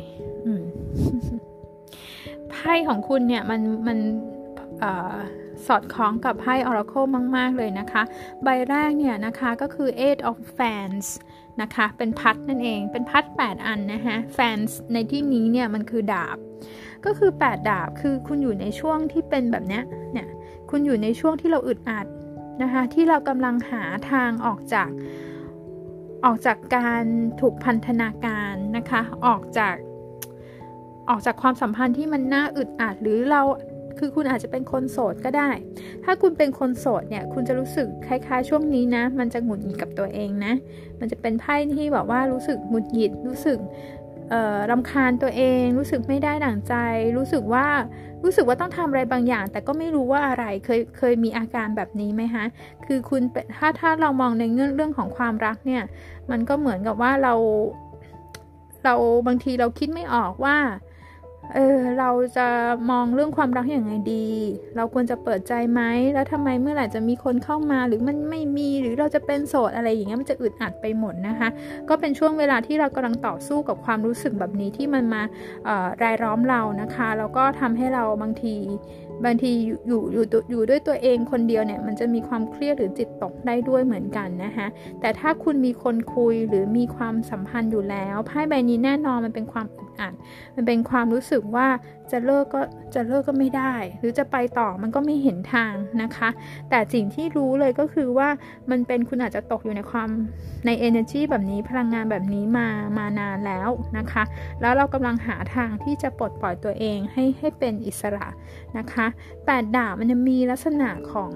ไพ่ของคุณเนี่ยมันสอดคล้องกับไพ่ Oracle มากๆเลยนะคะใบแรกเนี่ยนะคะก็คือ Eight of Fans นะคะเป็นพัดนั่นเองเป็นพัด8อันนะคะ Fans ในที่นี้เนี่ยมันคือดาบก็คือ8ดาบคือคุณอยู่ในช่วงที่เป็นแบบเนี้ยเนี่ยคุณอยู่ในช่วงที่เราอึดอัดนะคะที่เรากำลังหาทางออกจากการถูกพันธนาการนะคะออกจากความสัมพันธ์ที่มันน่าอึดอัดหรือเราคือคุณอาจจะเป็นคนโสดก็ได้ถ้าคุณเป็นคนโสดเนี่ยคุณจะรู้สึกคล้ายๆช่วงนี้นะมันจะหงุดหงิดกับตัวเองนะมันจะเป็นไพ่ที่แบบว่ารู้สึกหงุดหงิดรู้สึกรำคาญตัวเองรู้สึกไม่ได้ดั่งใจรู้สึกว่าต้องทำอะไรบางอย่างแต่ก็ไม่รู้ว่าอะไรเคยมีอาการแบบนี้ไหมคะคือคุณถ้าเรามองในเรื่องของความรักเนี่ยมันก็เหมือนกับว่าเราบางทีเราคิดไม่ออกว่าเราจะมองเรื่องความรักอย่างไงดีเราควรจะเปิดใจไหมแล้วทำไมเมื่อไหร่จะมีคนเข้ามาหรือมันไม่มีหรือเราจะเป็นโสดอะไรอย่างเงี้ยมันจะอึดอัดไปหมดนะคะก็เป็นช่วงเวลาที่เรากำลังต่อสู้กับความรู้สึกแบบนี้ที่มันมารายล้อมเรานะคะแล้วก็ทำให้เราบางทีอยู่ด้วยตัวเองคนเดียวเนี่ยมันจะมีความเครียดหรือจิตตกได้ด้วยเหมือนกันนะคะแต่ถ้าคุณมีคนคุยหรือมีความสัมพันธ์อยู่แล้วไพ่ใบนี้แน่นอนมันเป็นความอึดอัดมันเป็นความรู้สึกว่าจะเลิกก็ไม่ได้หรือจะไปต่อมันก็ไม่เห็นทางนะคะแต่สิ่งที่รู้เลยก็คือว่ามันเป็นคุณอาจจะตกอยู่ใน energy แบบนี้พลังงานแบบนี้มานานแล้วนะคะแล้วเรากำลังหาทางที่จะปลดปล่อยตัวเองให้เป็นอิสระนะคะ8ดาบมันจะมีลักษณะของ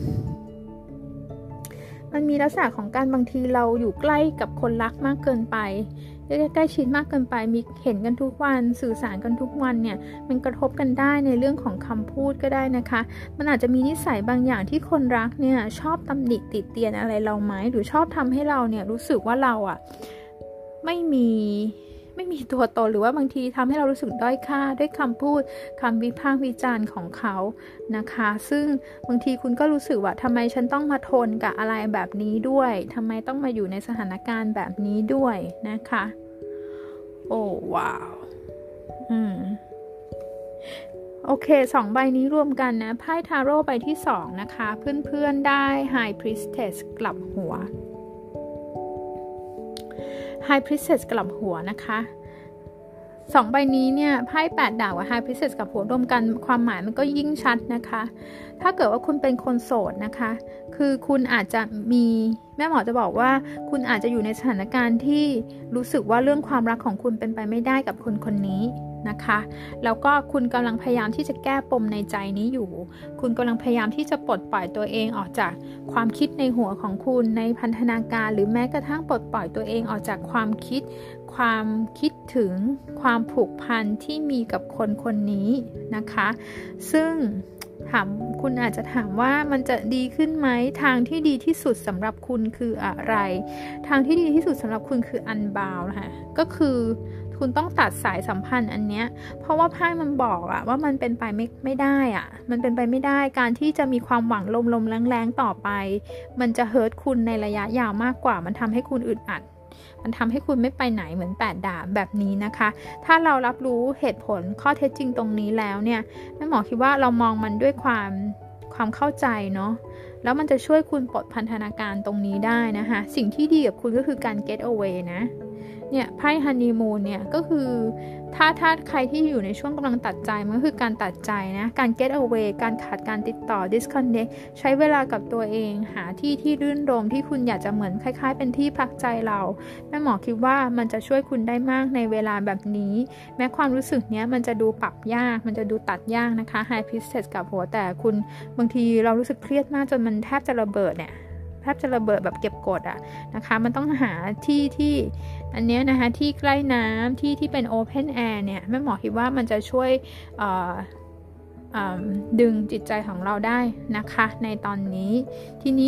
การบางทีเราอยู่ใกล้กับคนรักมากเกินไปใกล้ชิดมากเกินไปมีเห็นกันทุกวันสื่อสารกันทุกวันเนี่ยมันกระทบกันได้ในเรื่องของคำพูดก็ได้นะคะมันอาจจะมีนิสัยบางอย่างที่คนรักเนี่ยชอบตำหนิติเตียนอะไรเราไหมหรือชอบทำให้เราเนี่ยรู้สึกว่าเราไม่มีตัวตนหรือว่าบางทีทำให้เรารู้สึกด้อยค่าด้วยคำพูดคำวิพากษ์วิจารณ์ของเขานะคะซึ่งบางทีคุณก็รู้สึกว่าทำไมฉันต้องมาทนกับอะไรแบบนี้ด้วยทำไมต้องมาอยู่ในสถานการณ์แบบนี้ด้วยนะคะโอ้ว้าวโอเค2ใบนี้รวมกันนะไพ่ทาโร่ใบที่2นะคะเพื่อนๆได้ High Priestess กลับหัวHigh Priestess กลับหัวนะคะ2ใบนี้เนี่ยไพ่8ดาบกับ High Priestess กับหัวรวมกันความหมายมันก็ยิ่งชัดนะคะถ้าเกิดว่าคุณเป็นคนโสดนะคะคือคุณอาจจะมีแม่หมอจะบอกว่าคุณอาจจะอยู่ในสถานการณ์ที่รู้สึกว่าเรื่องความรักของคุณเป็นไปไม่ได้กับคนนี้นะคะแล้วก็คุณกำลังพยายามที่จะแก้ปมในใจนี้อยู่คุณกำลังพยายามที่จะปลดปล่อยตัวเองออกจากความคิดในหัวของคุณในพันธนาการหรือแม้กระทั่งปลดปล่อยตัวเองออกจากความคิดถึงความผูกพันที่มีกับคนนี้นะคะซึ่งคุณอาจจะถามว่ามันจะดีขึ้นไหมทางที่ดีที่สุดสำหรับคุณคืออะไรทางที่ดีที่สุดสำหรับคุณคือ unbound ค่ะก็คือคุณต้องตัดสายสัมพันธ์อันเนี้ยเพราะว่าไพ่มันบอกว่ามันเป็นไปไม่ได้มันเป็นไปไม่ได้การที่จะมีความหวังลมแรงๆต่อไปมันจะเฮิร์ตคุณในระยะยาวมากกว่ามันทำให้คุณอึดอัดมันทำให้คุณไม่ไปไหนเหมือน8 ดาบแบบนี้นะคะถ้าเรารับรู้เหตุผลข้อเท็จจริงตรงนี้แล้วเนี่ยแม่หมอคิดว่าเรามองมันด้วยความเข้าใจเนาะแล้วมันจะช่วยคุณปลดพันธนาการตรงนี้ได้นะคะสิ่งที่ดีกับคุณก็คือการ get away นะเนี่ยไพ่ฮันนีมูนเนี่ยก็คือถ้าใครที่อยู่ในช่วงกำลังตัดใจมันก็คือการตัดใจนะการ get away การขาดการติดต่อ disconnect ใช้เวลากับตัวเองหาที่รื่นรมที่คุณอยากจะเหมือนคล้ายๆเป็นที่พักใจเราแม่หมอคิดว่ามันจะช่วยคุณได้มากในเวลาแบบนี้แม้ความรู้สึกเนี้ยมันจะดูปรับยากมันจะดูตัดยากนะคะ High Priestess กับหัวแต่คุณบางทีเรารู้สึกเครียดมากจนมันแทบจะระเบิดเนี่ยแทบจะระเบิดแบบเก็บกดนะคะมันต้องหาที่อันนี้นะคะที่ใกล้น้ำที่เป็น Open Air เนี่ยแม่หมอคิดว่ามันจะช่วยดึงจิตใจของเราได้นะคะในตอนนี้ทีนี้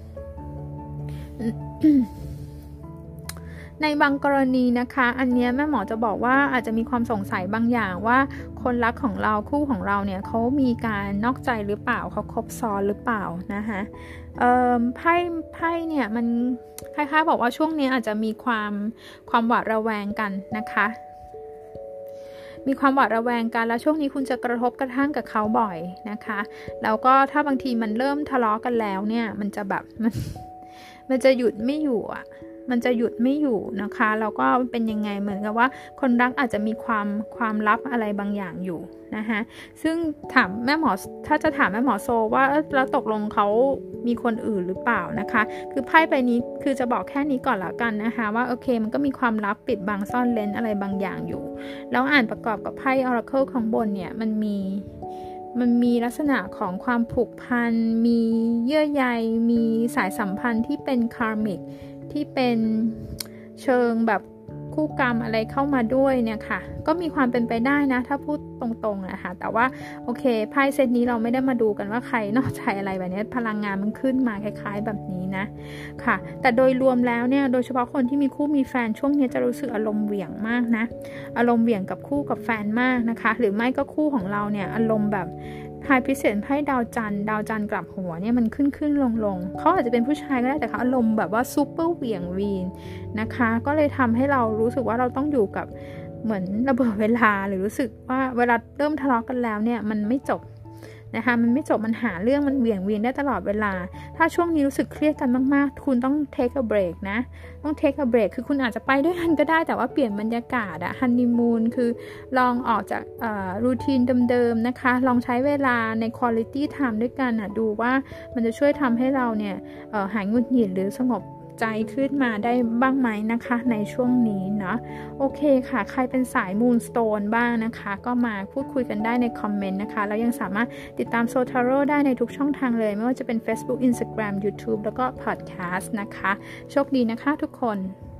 ในบางกรณีนะคะอันนี้แม่หมอจะบอกว่าอาจจะมีความสงสัยบางอย่างว่าคนรักของเราคู่ของเราเนี่ยเขามีการนอกใจหรือเปล่าเขาคบซ้อนหรือเปล่านะคะไพ่เนี่ยมันคล้ายๆบอกว่าช่วงนี้อาจจะมีความหวาดระแวงกันนะคะมีความหวาดระแวงกันแล้วช่วงนี้คุณจะกระทบกระทั่งกับเขาบ่อยนะคะแล้วก็ถ้าบางทีมันเริ่มทะเลาะกันแล้วเนี่ยมันจะแบบมันจะหยุดไม่อยู่มันจะหยุดไม่อยู่นะคะแล้วก็เป็นยังไงเหมือนกับว่าคนรักอาจจะมีความลับอะไรบางอย่างอยู่นะคะซึ่งถามแม่หมอถ้าจะถามแม่หมอโซว่าแล้วตกลงเขามีคนอื่นหรือเปล่านะคะคือไพ่ใบนี้คือจะบอกแค่นี้ก่อนละกันนะคะว่าโอเคมันก็มีความลับปิดบังซ่อนเร้นอะไรบางอย่างอยู่แล้วอ่านประกอบกับไพ่ Oracle ข้างบนเนี่ยมันมีลักษณะของความผูกพันมีเยื่อใยมีสายสัมพันธ์ที่เป็นคาร์มิกที่เป็นเชิงแบบคู่กรรมอะไรเข้ามาด้วยเนี่ยค่ะก็มีความเป็นไปได้นะถ้าพูดตรงๆนะคะแต่ว่าโอเคไพ่เซตนี้เราไม่ได้มาดูกันว่าใครนอกใจอะไรแบบนี้พลังงานมันขึ้นมาคล้ายๆแบบนี้นะค่ะแต่โดยรวมแล้วเนี่ยโดยเฉพาะคนที่มีคู่มีแฟนช่วงนี้จะรู้สึกอารมณ์เหวี่ยงมากนะอารมณ์เหวี่ยงกับคู่กับแฟนมากนะคะหรือไม่ก็คู่ของเราเนี่ยอารมณ์แบบไพ่พิเศษไพ่ดาวจันทร์กลับหัวเนี่ยมันขึ้นลงเขาอาจจะเป็นผู้ชายก็ได้แต่เขาอารมณ์แบบว่าซูเปอร์เหวี่ยงวีนนะคะก็เลยทำให้เรารู้สึกว่าเราต้องอยู่กับเหมือนระเบิดเวลาหรือรู้สึกว่าเวลาเริ่มทะเลาะกันแล้วเนี่ยมันไม่จบนะคะมันไม่จบมันหาเรื่องมันเหวี่ยงวีนได้ตลอดเวลาถ้าช่วงนี้รู้สึกเครียดกันมากๆคุณต้อง take a break นะต้อง take a break คือคุณอาจจะไปด้วยกันก็ได้แต่ว่าเปลี่ยนบรรยากาศฮันนีมูนคือลองออกจากรูทีนเดิมๆนะคะลองใช้เวลาใน quality time ด้วยกันดูว่ามันจะช่วยทำให้เราเนี่ยหายหงุดหงิดหรือสงบใจขึ้นมาได้บ้างไหมนะคะในช่วงนี้เนาะโอเคค่ะใครเป็นสายมูนสโตนบ้างนะคะก็มาพูดคุยกันได้ในคอมเมนต์นะคะแล้วยังสามารถติดตามโซทาโร่ได้ในทุกช่องทางเลยไม่ว่าจะเป็น Facebook Instagram YouTube แล้วก็ Podcast นะคะโชคดีนะคะทุกคน